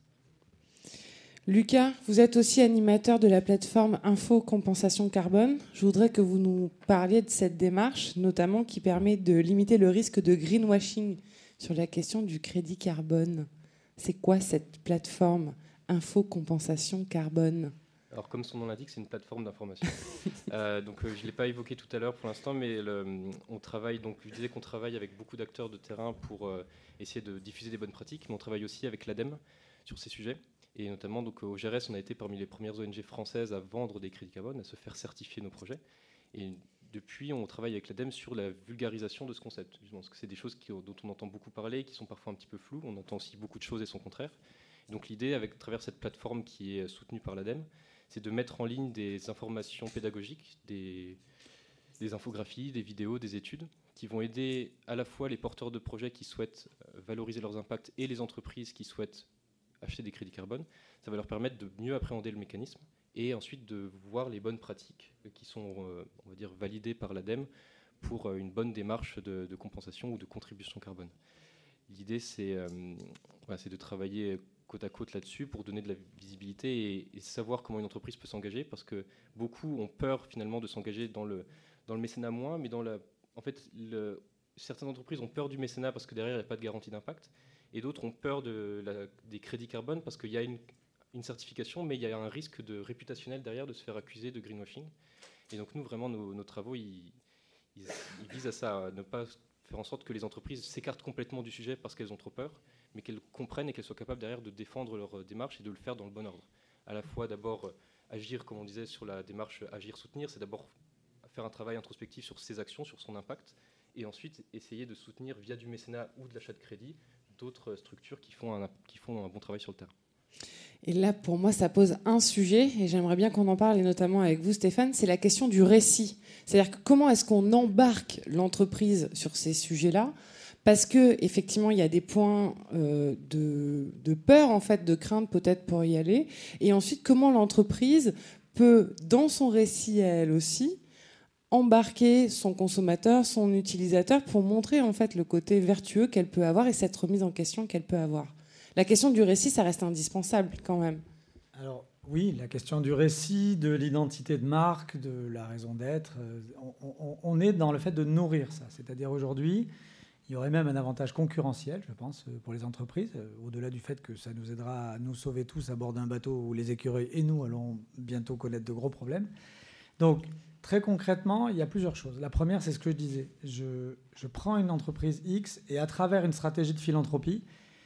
S1: Lucas, vous êtes aussi animateur de la plateforme Info Compensation Carbone. Je voudrais que vous nous parliez de cette démarche, notamment qui permet de limiter le risque de greenwashing sur la question du crédit carbone. C'est quoi cette plateforme Info Compensation Carbone ?
S4: Alors, comme son nom l'indique, c'est une plateforme d'information. euh, donc, euh, je ne l'ai pas évoqué tout à l'heure pour l'instant, mais le, on travaille, donc, je disais qu'on travaille avec beaucoup d'acteurs de terrain pour euh, essayer de diffuser des bonnes pratiques, mais on travaille aussi avec l'ADEME sur ces sujets. Et notamment, donc, au G R S, on a été parmi les premières O N G françaises à vendre des crédits carbone, à se faire certifier nos projets. Et depuis, on travaille avec l'ADEME sur la vulgarisation de ce concept. Je pense que c'est des choses qui, dont on entend beaucoup parler, qui sont parfois un petit peu floues. On entend aussi beaucoup de choses et son contraire. Et donc, l'idée, avec, à travers cette plateforme qui est soutenue par l'ADEME, c'est de mettre en ligne des informations pédagogiques, des, des infographies, des vidéos, des études, qui vont aider à la fois les porteurs de projets qui souhaitent valoriser leurs impacts et les entreprises qui souhaitent acheter des crédits carbone. Ça va leur permettre de mieux appréhender le mécanisme et ensuite de voir les bonnes pratiques qui sont, on va dire, validées par l'ADEME pour une bonne démarche de, de compensation ou de contribution carbone. L'idée, c'est, euh, voilà, c'est de travailler côte à côte là-dessus pour donner de la visibilité et, et savoir comment une entreprise peut s'engager, parce que beaucoup ont peur finalement de s'engager dans le, dans le mécénat moins, mais dans la, en fait, le, certaines entreprises ont peur du mécénat parce que derrière il n'y a pas de garantie d'impact, et d'autres ont peur de la, des crédits carbone parce qu'il y a une, une certification, mais il y a un risque de réputationnel derrière de se faire accuser de greenwashing. Et donc nous, vraiment, nos, nos travaux, ils, ils, ils visent à ça, à ne pas faire en sorte que les entreprises s'écartent complètement du sujet parce qu'elles ont trop peur, mais qu'elles comprennent et qu'elles soient capables derrière de défendre leur démarche et de le faire dans le bon ordre. À la fois d'abord agir, comme on disait sur la démarche agir, soutenir, c'est d'abord faire un travail introspectif sur ses actions, sur son impact, et ensuite essayer de soutenir via du mécénat ou de l'achat de crédit d'autres structures qui font, un, qui font un bon travail sur le terrain.
S1: Et là, pour moi, ça pose un sujet, et j'aimerais bien qu'on en parle, et notamment avec vous, Stéphane, c'est la question du récit. C'est-à-dire que comment est-ce qu'on embarque l'entreprise sur ces sujets-là ? Parce qu'effectivement, il y a des points euh, de, de peur, en fait, de crainte peut-être pour y aller. Et ensuite, comment l'entreprise peut, dans son récit à elle aussi, embarquer son consommateur, son utilisateur, pour montrer en fait le côté vertueux qu'elle peut avoir et cette remise en question qu'elle peut avoir. La question du récit, ça reste indispensable quand même.
S3: Alors, Oui, la question du récit, de l'identité de marque, de la raison d'être, on, on, on est dans le fait de nourrir ça. C'est-à-dire aujourd'hui, il y aurait même un avantage concurrentiel, je pense, pour les entreprises, au-delà du fait que ça nous aidera à nous sauver tous à bord d'un bateau où les écureuils et nous allons bientôt connaître de gros problèmes. Donc, très concrètement, il y a plusieurs choses. La première, c'est ce que je disais. Je, je prends une entreprise X et à travers une stratégie de philanthropie,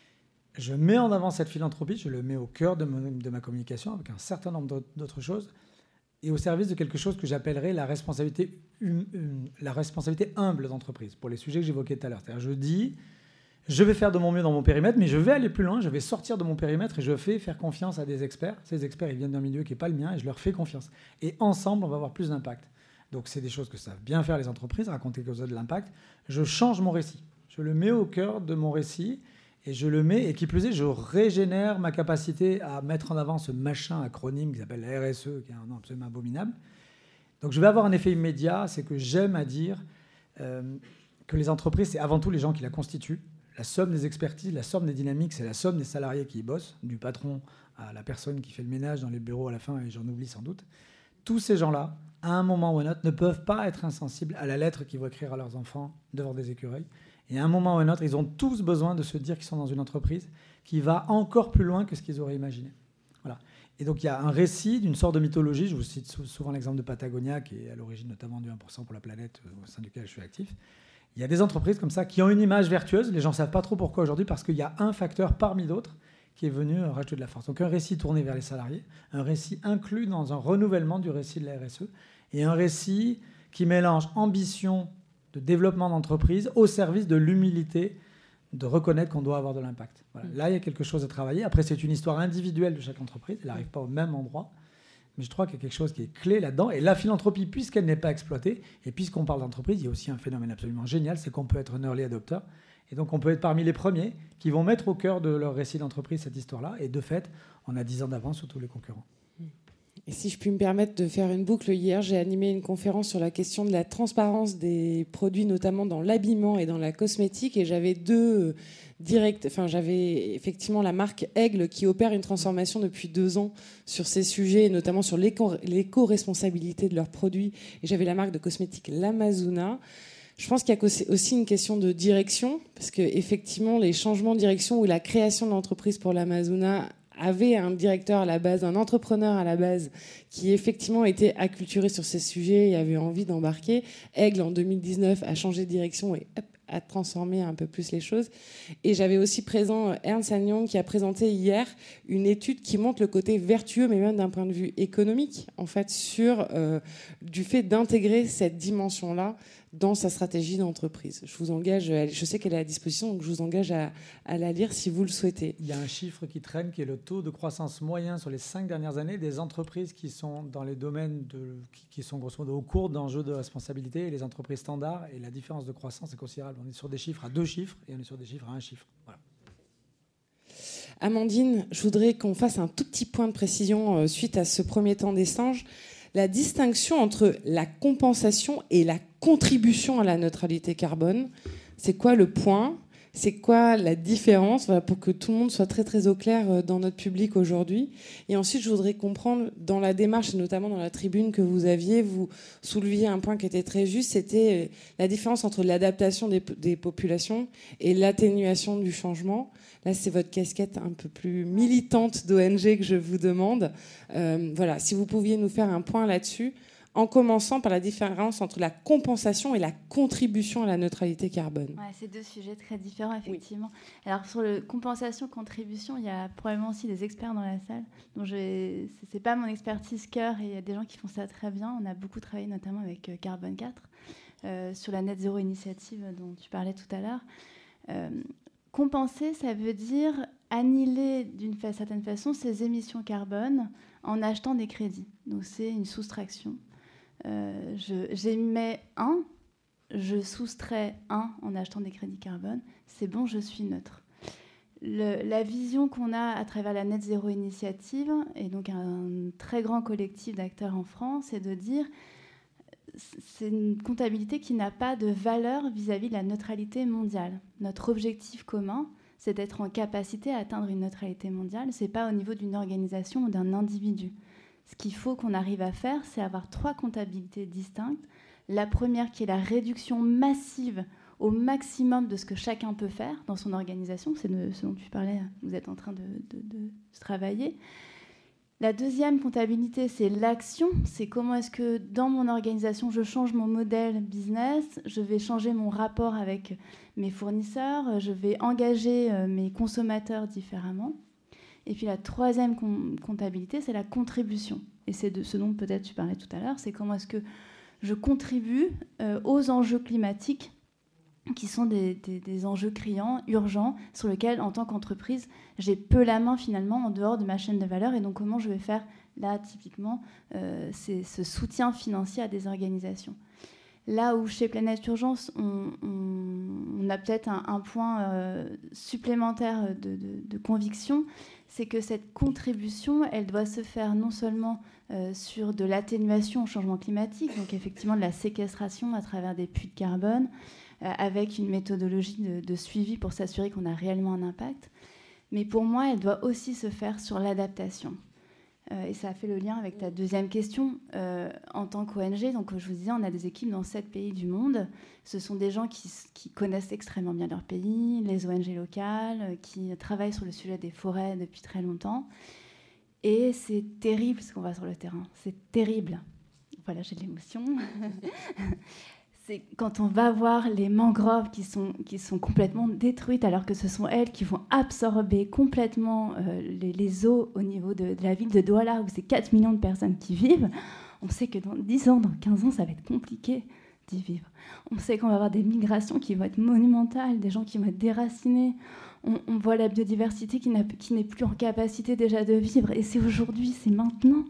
S3: je mets en avant cette philanthropie, je le mets au cœur de, mon, de ma communication avec un certain nombre d'autres choses et au service de quelque chose que j'appellerais la responsabilité, une, une, la responsabilité humble d'entreprise pour les sujets que j'évoquais tout à l'heure. C'est-à-dire, je dis, je vais faire de mon mieux dans mon périmètre, mais je vais aller plus loin, je vais sortir de mon périmètre et je fais faire confiance à des experts. Ces experts, ils viennent d'un milieu qui n'est pas le mien et je leur fais confiance. Et ensemble, on va avoir plus d'impact. Donc, c'est des choses que savent bien faire les entreprises, raconter que ça a de l'impact. Je change mon récit. Je le mets au cœur de mon récit. Et je le mets, et qui plus est, je régénère ma capacité à mettre en avant ce machin acronyme qui s'appelle la R S E, qui est un nom absolument abominable. Donc je vais avoir un effet immédiat, c'est que j'aime à dire euh, que les entreprises, c'est avant tout les gens qui la constituent. La somme des expertises, la somme des dynamiques, c'est la somme des salariés qui y bossent, du patron à la personne qui fait le ménage dans les bureaux à la fin, et j'en oublie sans doute. Tous ces gens-là, à un moment ou à un autre, ne peuvent pas être insensibles à la lettre qu'ils vont écrire à leurs enfants devant des écureuils. Et à un moment ou à un autre, ils ont tous besoin de se dire qu'ils sont dans une entreprise qui va encore plus loin que ce qu'ils auraient imaginé. Voilà. Et donc, il y a un récit d'une sorte de mythologie. Je vous cite souvent l'exemple de Patagonia, qui est à l'origine notamment du un pour cent pour la planète, au sein duquel je suis actif. Il y a des entreprises comme ça qui ont une image vertueuse. Les gens ne savent pas trop pourquoi aujourd'hui, parce qu'il y a un facteur parmi d'autres qui est venu rajouter de la force. Donc, un récit tourné vers les salariés, un récit inclus dans un renouvellement du récit de la R S E, et un récit qui mélange ambition de développement d'entreprise au service de l'humilité de reconnaître qu'on doit avoir de l'impact. Voilà. Là, il y a quelque chose à travailler. Après, c'est une histoire individuelle de chaque entreprise. Elle n'arrive pas au même endroit. Mais je crois qu'il y a quelque chose qui est clé là-dedans. Et la philanthropie, puisqu'elle n'est pas exploitée, et puisqu'on parle d'entreprise, il y a aussi un phénomène absolument génial, c'est qu'on peut être un early adopter. Et donc, on peut être parmi les premiers qui vont mettre au cœur de leur récit d'entreprise cette histoire-là. Et de fait, on a dix ans d'avance sur tous les concurrents.
S1: Et si je puis me permettre de faire une boucle, hier, j'ai animé une conférence sur la question de la transparence des produits, notamment dans l'habillement et dans la cosmétique. Et j'avais deux directs. Enfin, j'avais effectivement la marque Aigle qui opère une transformation depuis deux ans sur ces sujets, et notamment sur l'éco-responsabilité de leurs produits. Et j'avais la marque de cosmétique L'Amazona. Je pense qu'il y a aussi une question de direction, parce qu'effectivement, les changements de direction ou la création de l'entreprise pour l'Amazona avait un directeur à la base, un entrepreneur à la base, qui effectivement était acculturé sur ces sujets et avait envie d'embarquer. Aigle, en deux mille dix-neuf, a changé de direction et hop, a transformé un peu plus les choses. Et j'avais aussi présent Ernst and Young qui a présenté hier une étude qui montre le côté vertueux, mais même d'un point de vue économique, en fait, sur euh, du fait d'intégrer cette dimension-là dans sa stratégie d'entreprise. Je vous engage, je sais qu'elle est à disposition, donc je vous engage à, à la lire si vous le souhaitez.
S3: Il y a un chiffre qui traîne, qui est le taux de croissance moyen sur les cinq dernières années des entreprises qui sont dans les domaines de, qui, qui sont grosso modo au cours d'enjeux de responsabilité et les entreprises standards. Et la différence de croissance est considérable. On est sur des chiffres à deux chiffres et on est sur des chiffres à un chiffre. Voilà.
S1: Amandine, je voudrais qu'on fasse un tout petit point de précision euh, suite à ce premier temps d'échange. La distinction entre la compensation et la contribution à la neutralité carbone, c'est quoi le point ? C'est quoi la différence ? Voilà, pour que tout le monde soit très très au clair dans notre public aujourd'hui. Et ensuite, je voudrais comprendre, dans la démarche, et notamment dans la tribune que vous aviez, vous souleviez un point qui était très juste, c'était la différence entre l'adaptation des, des populations et l'atténuation du changement. Là, c'est votre casquette un peu plus militante d'O N G que je vous demande. Euh, voilà, si vous pouviez nous faire un point là-dessus, en commençant par la différence entre la compensation et la contribution à la neutralité carbone.
S2: Ouais, c'est deux sujets très différents, effectivement. Oui. Alors, sur le compensation-contribution, il y a probablement aussi des experts dans la salle. Donc, je... ce n'est pas mon expertise cœur, et il y a des gens qui font ça très bien. On a beaucoup travaillé, notamment avec Carbone quatre, euh, sur la Net Zéro Initiative dont tu parlais tout à l'heure. Euh, compenser, ça veut dire annihiler d'une certaine façon ces émissions carbone en achetant des crédits. Donc, c'est une soustraction. Euh, je, j'émets un, je soustrais un en achetant des crédits carbone, c'est bon, je suis neutre. Le, la vision qu'on a à travers la Net Zéro Initiative, et donc un très grand collectif d'acteurs en France, c'est de dire c'est une comptabilité qui n'a pas de valeur vis-à-vis de la neutralité mondiale. Notre objectif commun, c'est d'être en capacité à atteindre une neutralité mondiale. Ce n'est pas au niveau d'une organisation ou d'un individu. Ce qu'il faut qu'on arrive à faire, c'est avoir trois comptabilités distinctes. La première qui est la réduction massive au maximum de ce que chacun peut faire dans son organisation. C'est de ce dont tu parlais, vous êtes en train de, de, de travailler. La deuxième comptabilité, c'est l'action. C'est comment est-ce que dans mon organisation, je change mon modèle business, je vais changer mon rapport avec mes fournisseurs, je vais engager mes consommateurs différemment. Et puis la troisième comptabilité, c'est la contribution. Et c'est de ce dont peut-être tu parlais tout à l'heure, c'est comment est-ce que je contribue aux enjeux climatiques qui sont des, des, des enjeux criants, urgents, sur lesquels, en tant qu'entreprise, j'ai peu la main, finalement, en dehors de ma chaîne de valeur. Et donc, comment je vais faire, là, typiquement, euh, c'est ce soutien financier à des organisations. Là où, chez Planète Urgence, on, on, on a peut-être un, un point euh, supplémentaire de, de, de conviction, c'est que cette contribution, elle doit se faire non seulement euh, sur de l'atténuation au changement climatique, donc effectivement de la séquestration à travers des puits de carbone, avec une méthodologie de, de suivi pour s'assurer qu'on a réellement un impact. Mais pour moi, elle doit aussi se faire sur l'adaptation. Euh, et ça a fait le lien avec ta deuxième question. Euh, en tant qu'O N G, donc, je vous disais, on a des équipes dans sept pays du monde. Ce sont des gens qui, qui connaissent extrêmement bien leur pays, les O N G locales, qui travaillent sur le sujet des forêts depuis très longtemps. Et c'est terrible ce qu'on voit sur le terrain. C'est terrible. Voilà, j'ai de l'émotion. C'est quand on va voir les mangroves qui sont, qui sont complètement détruites, alors que ce sont elles qui vont absorber complètement euh, les, les eaux au niveau de, de la ville de Douala, où c'est quatre millions de personnes qui vivent. On sait que dans dix ans, dans quinze ans, ça va être compliqué d'y vivre. On sait qu'on va avoir des migrations qui vont être monumentales, des gens qui vont être déracinés. On, on voit la biodiversité qui, n'a, qui n'est plus en capacité déjà de vivre. Et c'est aujourd'hui, c'est maintenant.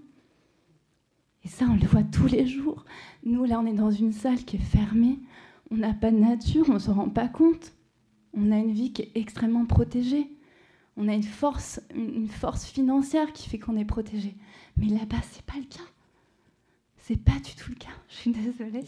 S2: Et ça, on le voit tous les jours. Nous, là, on est dans une salle qui est fermée. On n'a pas de nature, on ne se rend pas compte. On a une vie qui est extrêmement protégée. On a une force, une force financière qui fait qu'on est protégé. Mais là-bas, ce n'est pas le cas. Ce n'est pas du tout le cas. Je suis désolée.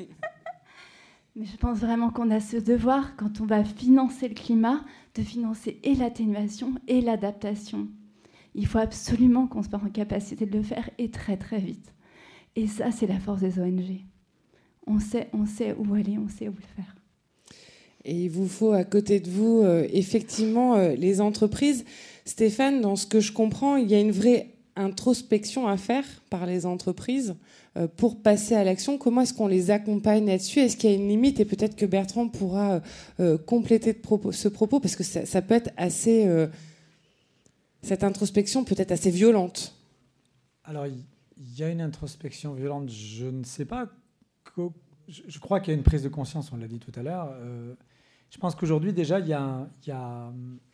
S2: Mais je pense vraiment qu'on a ce devoir, quand on va financer le climat, de financer et l'atténuation et l'adaptation. Il faut absolument qu'on soit en capacité de le faire, et très très vite. Et ça, c'est la force des O N G. On sait, on sait où aller, on sait où le faire.
S1: Et il vous faut à côté de vous, euh, effectivement, euh, les entreprises. Stéphane, dans ce que je comprends, il y a une vraie introspection à faire par les entreprises euh, pour passer à l'action. Comment est-ce qu'on les accompagne là-dessus ? Est-ce qu'il y a une limite ? Et peut-être que Bertrand pourra euh, compléter de propos, ce propos, parce que ça, ça peut être assez... Euh, cette introspection peut être assez violente.
S3: Alors, il y a une introspection violente, je ne sais pas. Je crois qu'il y a une prise de conscience, on l'a dit tout à l'heure. Euh, je pense qu'aujourd'hui, déjà, il y a, il y a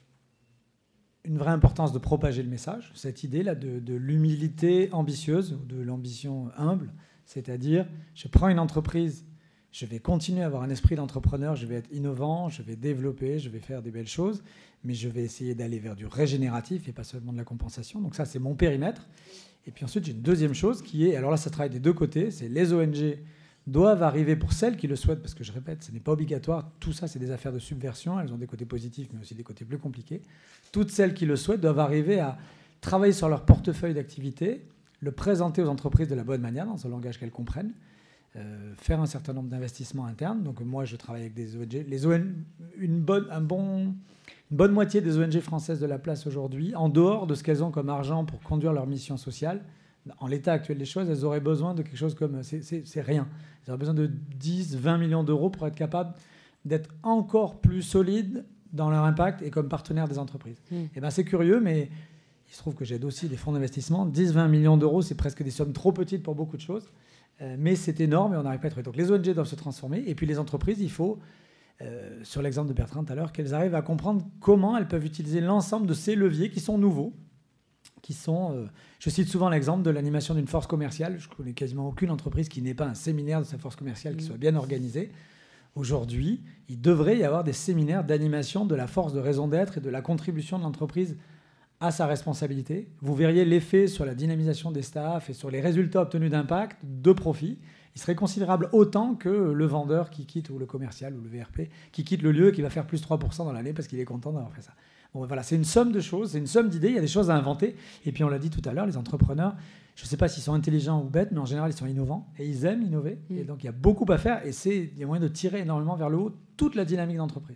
S3: une vraie importance de propager le message, cette idée-là de, de l'humilité ambitieuse, ou de l'ambition humble, c'est-à-dire, je prends une entreprise, je vais continuer à avoir un esprit d'entrepreneur, je vais être innovant, je vais développer, je vais faire des belles choses, mais je vais essayer d'aller vers du régénératif et pas seulement de la compensation. Donc ça, c'est mon périmètre. Et puis ensuite, j'ai une deuxième chose qui est, alors là, ça travaille des deux côtés, c'est les O N G doivent arriver, pour celles qui le souhaitent, parce que je répète, ce n'est pas obligatoire, tout ça, c'est des affaires de subversion, elles ont des côtés positifs, mais aussi des côtés plus compliqués. Toutes celles qui le souhaitent doivent arriver à travailler sur leur portefeuille d'activité, le présenter aux entreprises de la bonne manière, dans un langage qu'elles comprennent, euh, faire un certain nombre d'investissements internes. Donc moi, je travaille avec des O N G. Les O N G, une bonne, un bon... Une bonne moitié des O N G françaises de la place aujourd'hui, en dehors de ce qu'elles ont comme argent pour conduire leur mission sociale, en l'état actuel des choses, elles auraient besoin de quelque chose comme... C'est, c'est, c'est rien. Elles auraient besoin de dix, vingt millions d'euros pour être capables d'être encore plus solides dans leur impact et comme partenaires des entreprises. Mmh. Et ben c'est curieux, mais il se trouve que j'aide aussi des fonds d'investissement. dix, vingt millions d'euros, c'est presque des sommes trop petites pour beaucoup de choses. Euh, mais c'est énorme et on n'arrive pas à trouver. Donc les O N G doivent se transformer. Et puis les entreprises, il faut... Euh, sur l'exemple de Bertrand tout à l'heure, qu'elles arrivent à comprendre comment elles peuvent utiliser l'ensemble de ces leviers qui sont nouveaux, qui sont, euh, je cite souvent l'exemple de l'animation d'une force commerciale. Je ne connais quasiment aucune entreprise qui n'ait pas un séminaire de sa force commerciale qui soit bien organisé. Aujourd'hui, il devrait y avoir des séminaires d'animation de la force de raison d'être et de la contribution de l'entreprise à sa responsabilité, vous verriez l'effet sur la dynamisation des staffs et sur les résultats obtenus d'impact, de profit. Il serait considérable autant que le vendeur qui quitte, ou le commercial, ou le V R P, qui quitte le lieu et qui va faire plus trois pour cent dans l'année parce qu'il est content d'avoir fait ça. Bon, voilà, c'est une somme de choses, c'est une somme d'idées, il y a des choses à inventer. Et puis on l'a dit tout à l'heure, les entrepreneurs, je ne sais pas s'ils sont intelligents ou bêtes, mais en général, ils sont innovants et ils aiment innover. Mmh. Et donc il y a beaucoup à faire et c'est, il y a moyen de tirer énormément vers le haut toute la dynamique d'entreprise.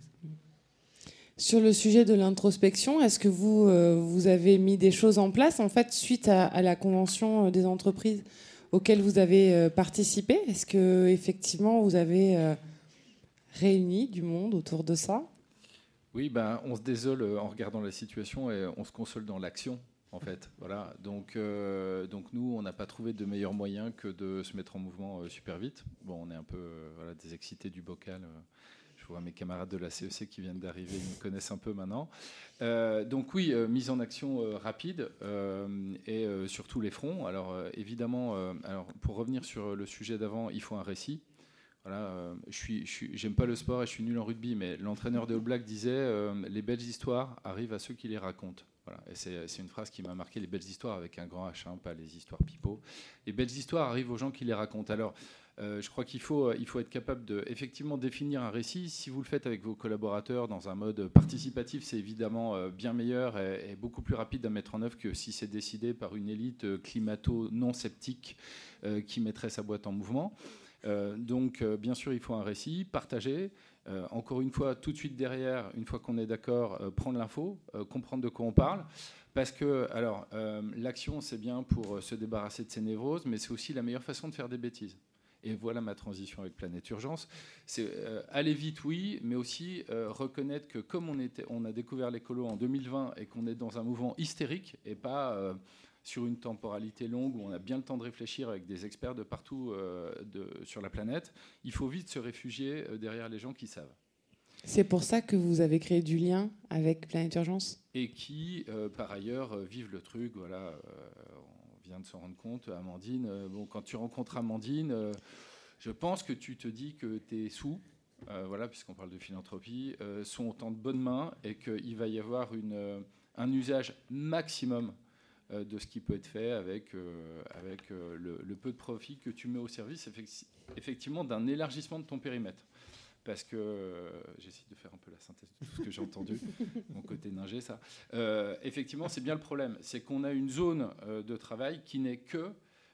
S1: Sur le sujet de l'introspection, est-ce que vous, euh, vous avez mis des choses en place, en fait, suite à, à la convention des entreprises auxquelles vous avez euh, participé? Est-ce que effectivement vous avez euh, réuni du monde autour de ça?
S5: Oui, ben, on se désole en regardant la situation et on se console dans l'action, en fait. Voilà. Donc, euh, donc nous, on n'a pas trouvé de meilleur moyen que de se mettre en mouvement euh, super vite. Bon, on est un peu euh, voilà, des excités du bocal. Euh, Je vois mes camarades de la C E C qui viennent d'arriver, ils me connaissent un peu maintenant. Euh, donc oui, euh, mise en action euh, rapide euh, et euh, sur tous les fronts. Alors euh, évidemment, euh, alors, pour revenir sur le sujet d'avant, il faut un récit. Voilà, euh, je suis, je suis, j'aime pas le sport et je suis nul en rugby, mais l'entraîneur des All Blacks disait euh, les belles histoires arrivent à ceux qui les racontent. Voilà. Et c'est, c'est une phrase qui m'a marqué, les belles histoires avec un grand H, hein, pas les histoires pipeaux. Les belles histoires arrivent aux gens qui les racontent. Alors, Euh, je crois qu'il faut, il faut être capable de effectivement définir un récit. Si vous le faites avec vos collaborateurs dans un mode participatif, c'est évidemment euh, bien meilleur et, et beaucoup plus rapide à mettre en œuvre que si c'est décidé par une élite euh, climato-non sceptique euh, qui mettrait sa boîte en mouvement. Euh, donc, euh, bien sûr, il faut un récit partagé. Euh, encore une fois, tout de suite derrière, une fois qu'on est d'accord, euh, prendre l'info, euh, comprendre de quoi on parle. Parce que, alors, euh, l'action, c'est bien pour se débarrasser de ses névroses, mais c'est aussi la meilleure façon de faire des bêtises. Et voilà ma transition avec Planète Urgence. C'est euh, aller vite, oui, mais aussi euh, reconnaître que comme on, était, on a découvert l'écolo en deux mille vingt et qu'on est dans un mouvement hystérique et pas euh, sur une temporalité longue où on a bien le temps de réfléchir avec des experts de partout euh, de, sur la planète, il faut vite se réfugier euh, derrière les gens qui savent.
S1: C'est pour ça que vous avez créé du lien avec Planète Urgence ?
S5: Et qui, euh, par ailleurs, euh, vivent le truc, voilà... Euh, vient de s'en rendre compte, Amandine. Euh, bon, quand tu rencontres Amandine, euh, je pense que tu te dis que tes sous, euh, voilà, puisqu'on parle de philanthropie, euh, sont en de bonnes mains et qu'il va y avoir une, euh, un usage maximum euh, de ce qui peut être fait avec, euh, avec euh, le, le peu de profit que tu mets au service, effecti- effectivement, d'un élargissement de ton périmètre. Parce que euh, j'essaie de faire un peu la synthèse de tout ce que j'ai entendu, mon côté ningé, ça. Euh, effectivement, c'est bien le problème, c'est qu'on a une zone euh, de travail qui n'est que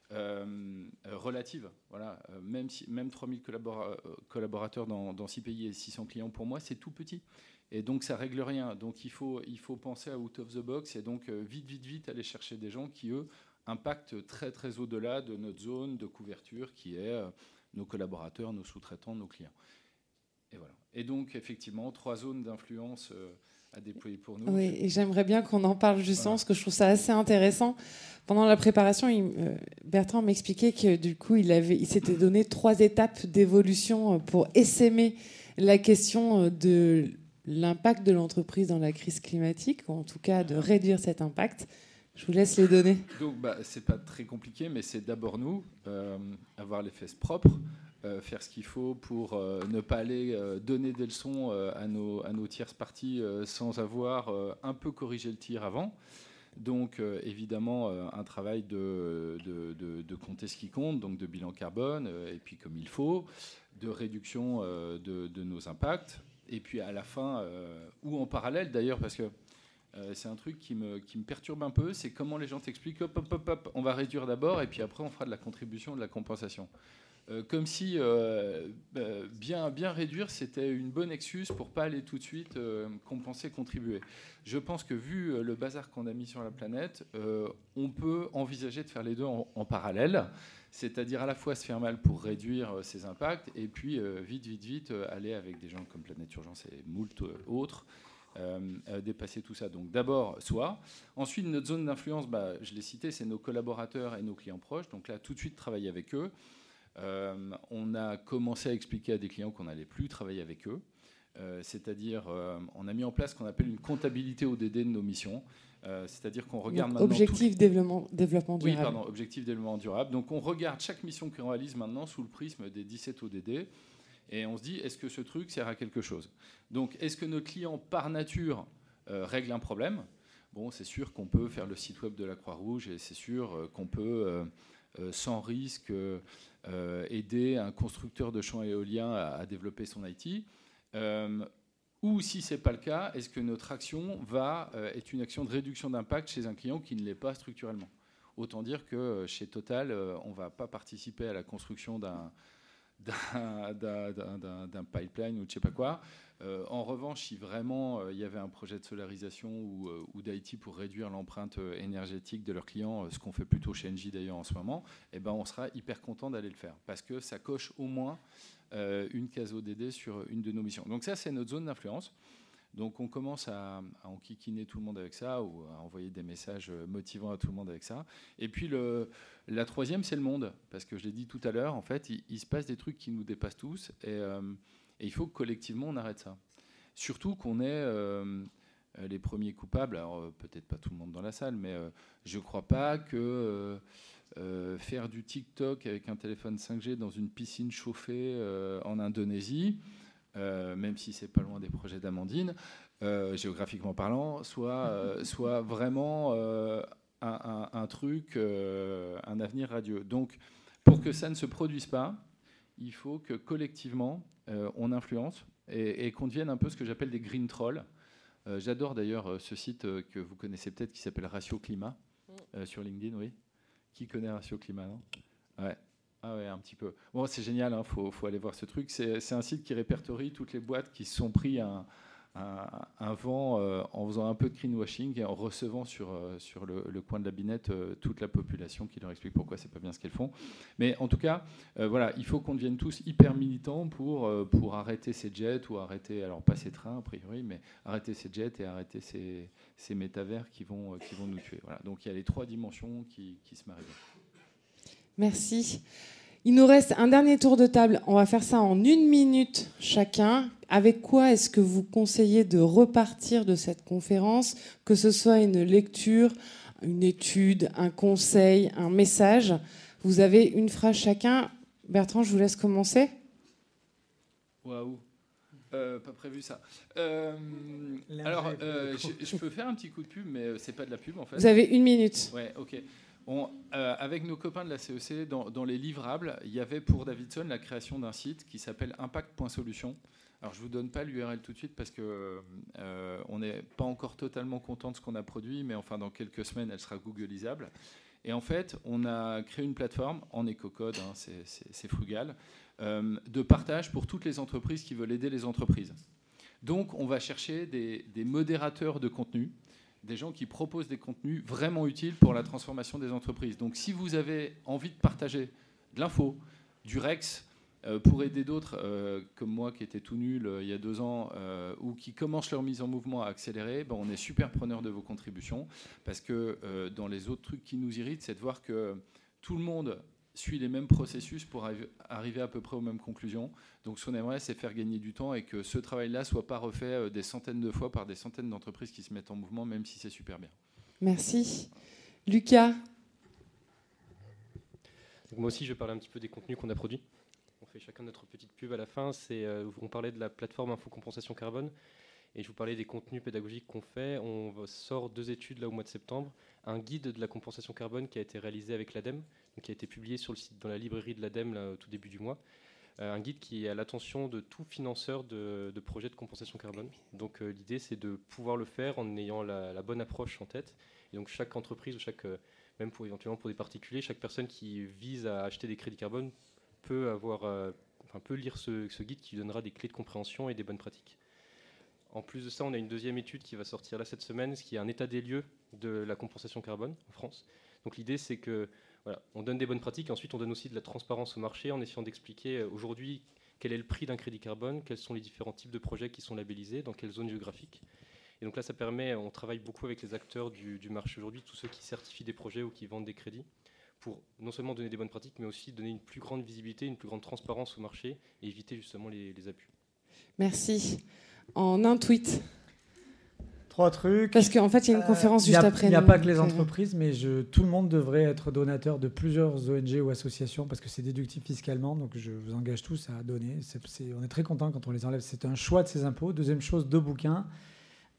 S5: euh, relative. Voilà, euh, même si, même trois mille collabora- collaborateurs dans, dans six pays et six cents clients pour moi, c'est tout petit. Et donc ça règle rien. Donc il faut, il faut penser à out of the box et donc euh, vite, vite, vite aller chercher des gens qui eux impactent très, très au-delà de notre zone de couverture qui est euh, nos collaborateurs, nos sous-traitants, nos clients. Et, voilà. Et donc, effectivement, trois zones d'influence euh, à déployer pour nous.
S1: Oui, et j'aimerais bien qu'on en parle justement, voilà. Parce que je trouve ça assez intéressant. Pendant la préparation, il, euh, Bertrand m'expliquait que du coup, il, avait, il s'était donné trois étapes d'évolution pour essaimer la question de l'impact de l'entreprise dans la crise climatique, ou en tout cas de réduire cet impact. Je vous laisse les donner.
S5: Donc, bah, c'est pas très compliqué, mais c'est d'abord nous, euh, avoir les fesses propres, Euh, faire ce qu'il faut pour euh, ne pas aller euh, donner des leçons euh, à, nos, à nos tierces parties euh, sans avoir euh, un peu corrigé le tir avant. Donc euh, évidemment euh, un travail de, de, de, de compter ce qui compte, donc de bilan carbone, euh, et puis comme il faut, de réduction euh, de, de nos impacts, et puis à la fin, euh, ou en parallèle d'ailleurs, parce que euh, c'est un truc qui me, qui me perturbe un peu, c'est comment les gens t'expliquent, hop, hop, hop, hop, on va réduire d'abord, et puis après on fera de la contribution, de la compensation. Euh, comme si euh, euh, bien, bien réduire, c'était une bonne excuse pour ne pas aller tout de suite euh, compenser, contribuer. Je pense que vu euh, le bazar qu'on a mis sur la planète, euh, on peut envisager de faire les deux en, en parallèle, c'est-à-dire à la fois se faire mal pour réduire euh, ses impacts, et puis euh, vite, vite, vite, euh, aller avec des gens comme Planète Urgence et moult euh, autres, euh, euh, dépasser tout ça. Donc d'abord, soi. Ensuite, notre zone d'influence, bah, je l'ai cité, c'est nos collaborateurs et nos clients proches. Donc là, tout de suite, travailler avec eux. Euh, on a commencé à expliquer à des clients qu'on n'allait plus travailler avec eux. Euh, c'est-à-dire, euh, on a mis en place ce qu'on appelle une comptabilité O D D de nos missions. Euh, c'est-à-dire qu'on regarde
S1: Donc,
S5: maintenant...
S1: Objectif tout... développement, développement durable.
S5: Oui, pardon, objectif développement durable. Donc on regarde chaque mission qu'on réalise maintenant sous le prisme des dix-sept O D D et on se dit, est-ce que ce truc sert à quelque chose ? Donc est-ce que nos clients, par nature, euh, règlent un problème ? bon, c'est sûr qu'on peut faire le site web de la Croix-Rouge et c'est sûr euh, qu'on peut, euh, euh, sans risque, euh, aider un constructeur de champs éoliens à, à développer son I T. Euh, ou si ce n'est pas le cas, est-ce que notre action va euh, être une action de réduction d'impact chez un client qui ne l'est pas structurellement ? Autant dire que chez Total, euh, on ne va pas participer à la construction d'un, d'un, d'un, d'un, d'un pipeline ou de je ne sais pas quoi. Euh, en revanche, si vraiment il euh, y avait un projet de solarisation ou, euh, ou d'I T pour réduire l'empreinte euh, énergétique de leurs clients, euh, ce qu'on fait plutôt chez Engie d'ailleurs en ce moment, eh ben, on sera hyper content d'aller le faire parce que ça coche au moins euh, une case O D D sur une de nos missions. Donc ça, c'est notre zone d'influence. Donc on commence à, à enquiquiner tout le monde avec ça ou à envoyer des messages motivants à tout le monde avec ça. Et puis le, la troisième, c'est le monde. Parce que je l'ai dit tout à l'heure, en fait, il, il se passe des trucs qui nous dépassent tous. Et, euh, et il faut que collectivement, on arrête ça. Surtout qu'on est euh, les premiers coupables. Alors peut-être pas tout le monde dans la salle, mais euh, je ne crois pas que euh, euh, faire du TikTok avec un téléphone cinq G dans une piscine chauffée euh, en Indonésie... Euh, même si c'est pas loin des projets d'Amandine, euh, géographiquement parlant, soit, euh, soit vraiment euh, un, un, un truc, euh, un avenir radieux. Donc, pour que ça ne se produise pas, il faut que collectivement, euh, on influence et, et qu'on devienne un peu ce que j'appelle des green trolls. Euh, j'adore d'ailleurs ce site que vous connaissez peut-être qui s'appelle Ratio Climat, euh, sur LinkedIn, oui. Qui connaît Ratio Climat, non ? Ouais. Ah ouais, un petit peu. Bon, c'est génial, hein, faut, faut aller voir ce truc. C'est, c'est un site qui répertorie toutes les boîtes qui se sont pris un, un, un vent euh, en faisant un peu de greenwashing et en recevant sur, euh, sur le, le coin de la binette euh, toute la population qui leur explique pourquoi c'est pas bien ce qu'elles font. Mais en tout cas, euh, voilà, il faut qu'on devienne tous hyper militants pour, euh, pour arrêter ces jets ou arrêter, alors pas ces trains a priori, mais arrêter ces jets et arrêter ces, ces métavers qui vont, euh, qui vont nous tuer. Voilà. Donc il y a les trois dimensions qui, qui se marient bien.
S1: Merci. Il nous reste un dernier tour de table. On va faire ça en une minute chacun. Avec quoi est-ce que vous conseillez de repartir de cette conférence, que ce soit une lecture, une étude, un conseil, un message ? Vous avez une phrase chacun. Bertrand, je vous laisse commencer.
S5: Waouh, euh, pas prévu ça. Euh, alors, euh, je, je peux faire un petit coup de pub, mais c'est pas de la pub en fait.
S1: Vous avez une minute.
S5: Ouais, ok. On, euh, avec nos copains de la C E C, dans, dans les livrables, il y avait pour Davidson la création d'un site qui s'appelle impact point solution. Alors, je ne vous donne pas l'U R L tout de suite parce qu'on euh, n'est pas encore totalement content de ce qu'on a produit, mais enfin, dans quelques semaines, elle sera Googleisable. Et en fait, on a créé une plateforme en éco-code, hein, c'est, c'est, c'est frugal, euh, de partage pour toutes les entreprises qui veulent aider les entreprises. Donc, on va chercher des, des modérateurs de contenu, des gens qui proposent des contenus vraiment utiles pour la transformation des entreprises. Donc si vous avez envie de partager de l'info, du Rex, euh, pour aider d'autres, euh, comme moi qui était tout nul euh, il y a deux ans, euh, ou qui commencent leur mise en mouvement à accélérer, ben, on est super preneur de vos contributions, parce que euh, dans les autres trucs qui nous irritent, c'est de voir que tout le monde suit les mêmes processus pour arriver à peu près aux mêmes conclusions. Donc ce qu'on aimerait, c'est faire gagner du temps et que ce travail-là ne soit pas refait des centaines de fois par des centaines d'entreprises qui se mettent en mouvement, même si c'est super bien.
S1: Merci. Lucas ?
S4: Donc moi aussi, je vais parler un petit peu des contenus qu'on a produits. On fait chacun notre petite pub à la fin. C'est, euh, on parlait de la plateforme Info Compensation Carbone. Et je vous parlais des contenus pédagogiques qu'on fait. On sort deux études là au mois de septembre. Un guide de la compensation carbone qui a été réalisé avec l'A D E M, donc qui a été publié sur le site, dans la librairie de l'A D E M là, au tout début du mois. Euh, un guide qui est à l'attention de tout financeur de, de projets de compensation carbone. Donc euh, l'idée, c'est de pouvoir le faire en ayant la, la bonne approche en tête. Et donc chaque entreprise, ou chaque, euh, même pour, éventuellement pour des particuliers, chaque personne qui vise à acheter des crédits carbone peut, avoir, euh, enfin, peut lire ce, ce guide qui donnera des clés de compréhension et des bonnes pratiques. En plus de ça, on a une deuxième étude qui va sortir là cette semaine, ce qui est un état des lieux de la compensation carbone en France. Donc l'idée, c'est que voilà, on donne des bonnes pratiques, et ensuite on donne aussi de la transparence au marché en essayant d'expliquer aujourd'hui quel est le prix d'un crédit carbone, quels sont les différents types de projets qui sont labellisés, dans quelle zone géographique. Et donc là, ça permet, on travaille beaucoup avec les acteurs du, du marché aujourd'hui, tous ceux qui certifient des projets ou qui vendent des crédits, pour non seulement donner des bonnes pratiques, mais aussi donner une plus grande visibilité, une plus grande transparence au marché et éviter justement les, les abus.
S1: Merci. En un tweet.
S3: Trois trucs.
S1: Parce qu'en fait, il y a une conférence
S3: euh,
S1: juste
S3: a,
S1: après.
S3: Il n'y a
S1: nous,
S3: pas que les
S1: donc,
S3: entreprises, mais je, tout le monde devrait être donateur de plusieurs O N G ou associations parce que c'est déductible fiscalement. Donc je vous engage tous à donner. C'est, c'est, on est très content quand on les enlève. C'est un choix de ces impôts. Deuxième chose, deux bouquins.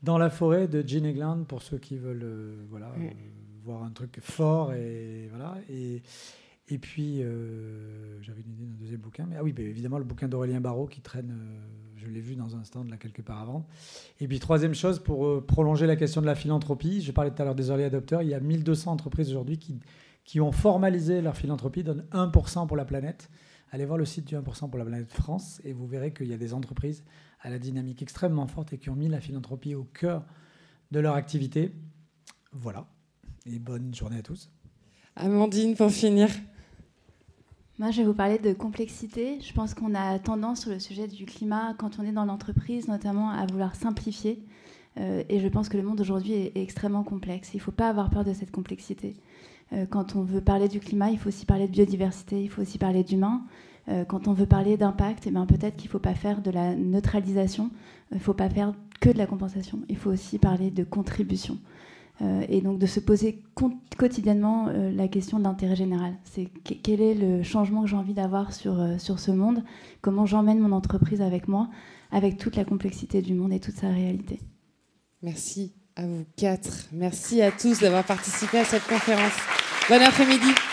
S3: Dans la forêt de Jean Egland, pour ceux qui veulent euh, voilà,
S1: Oui.
S3: euh, voir un truc fort. Et, voilà, et, et puis, euh, j'avais une idée d'un deuxième bouquin. Mais, ah oui, bah, évidemment, le bouquin d'Aurélien Barraud qui traîne, euh, je l'ai vu dans un stand là quelque part avant. Et puis, troisième chose, pour euh, prolonger la question de la philanthropie, je parlais tout à l'heure des early adopters, il y a mille deux cents entreprises aujourd'hui qui, qui ont formalisé leur philanthropie, donnent un pour cent pour la planète. Allez voir le site du un pour cent pour la planète France et vous verrez qu'il y a des entreprises à la dynamique extrêmement forte et qui ont mis la philanthropie au cœur de leur activité. Voilà. Et bonne journée à tous.
S1: Amandine, pour finir.
S2: Moi, je vais vous parler de complexité. Je pense qu'on a tendance sur le sujet du climat, quand on est dans l'entreprise, notamment à vouloir simplifier. Euh, et je pense que le monde aujourd'hui est, est extrêmement complexe. Il ne faut pas avoir peur de cette complexité. Euh, quand on veut parler du climat, il faut aussi parler de biodiversité, il faut aussi parler d'humain. Euh, quand on veut parler d'impact, eh bien, peut-être qu'il ne faut pas faire de la neutralisation, il ne faut pas faire que de la compensation. Il faut aussi parler de contribution. Euh, et donc de se poser con- quotidiennement euh, la question de l'intérêt général. C'est qu- quel est le changement que j'ai envie d'avoir sur, euh, sur ce monde, comment j'emmène mon entreprise avec moi, avec toute la complexité du monde et toute sa réalité.
S1: Merci à vous quatre. Merci à tous d'avoir participé à cette conférence. Bon après-midi.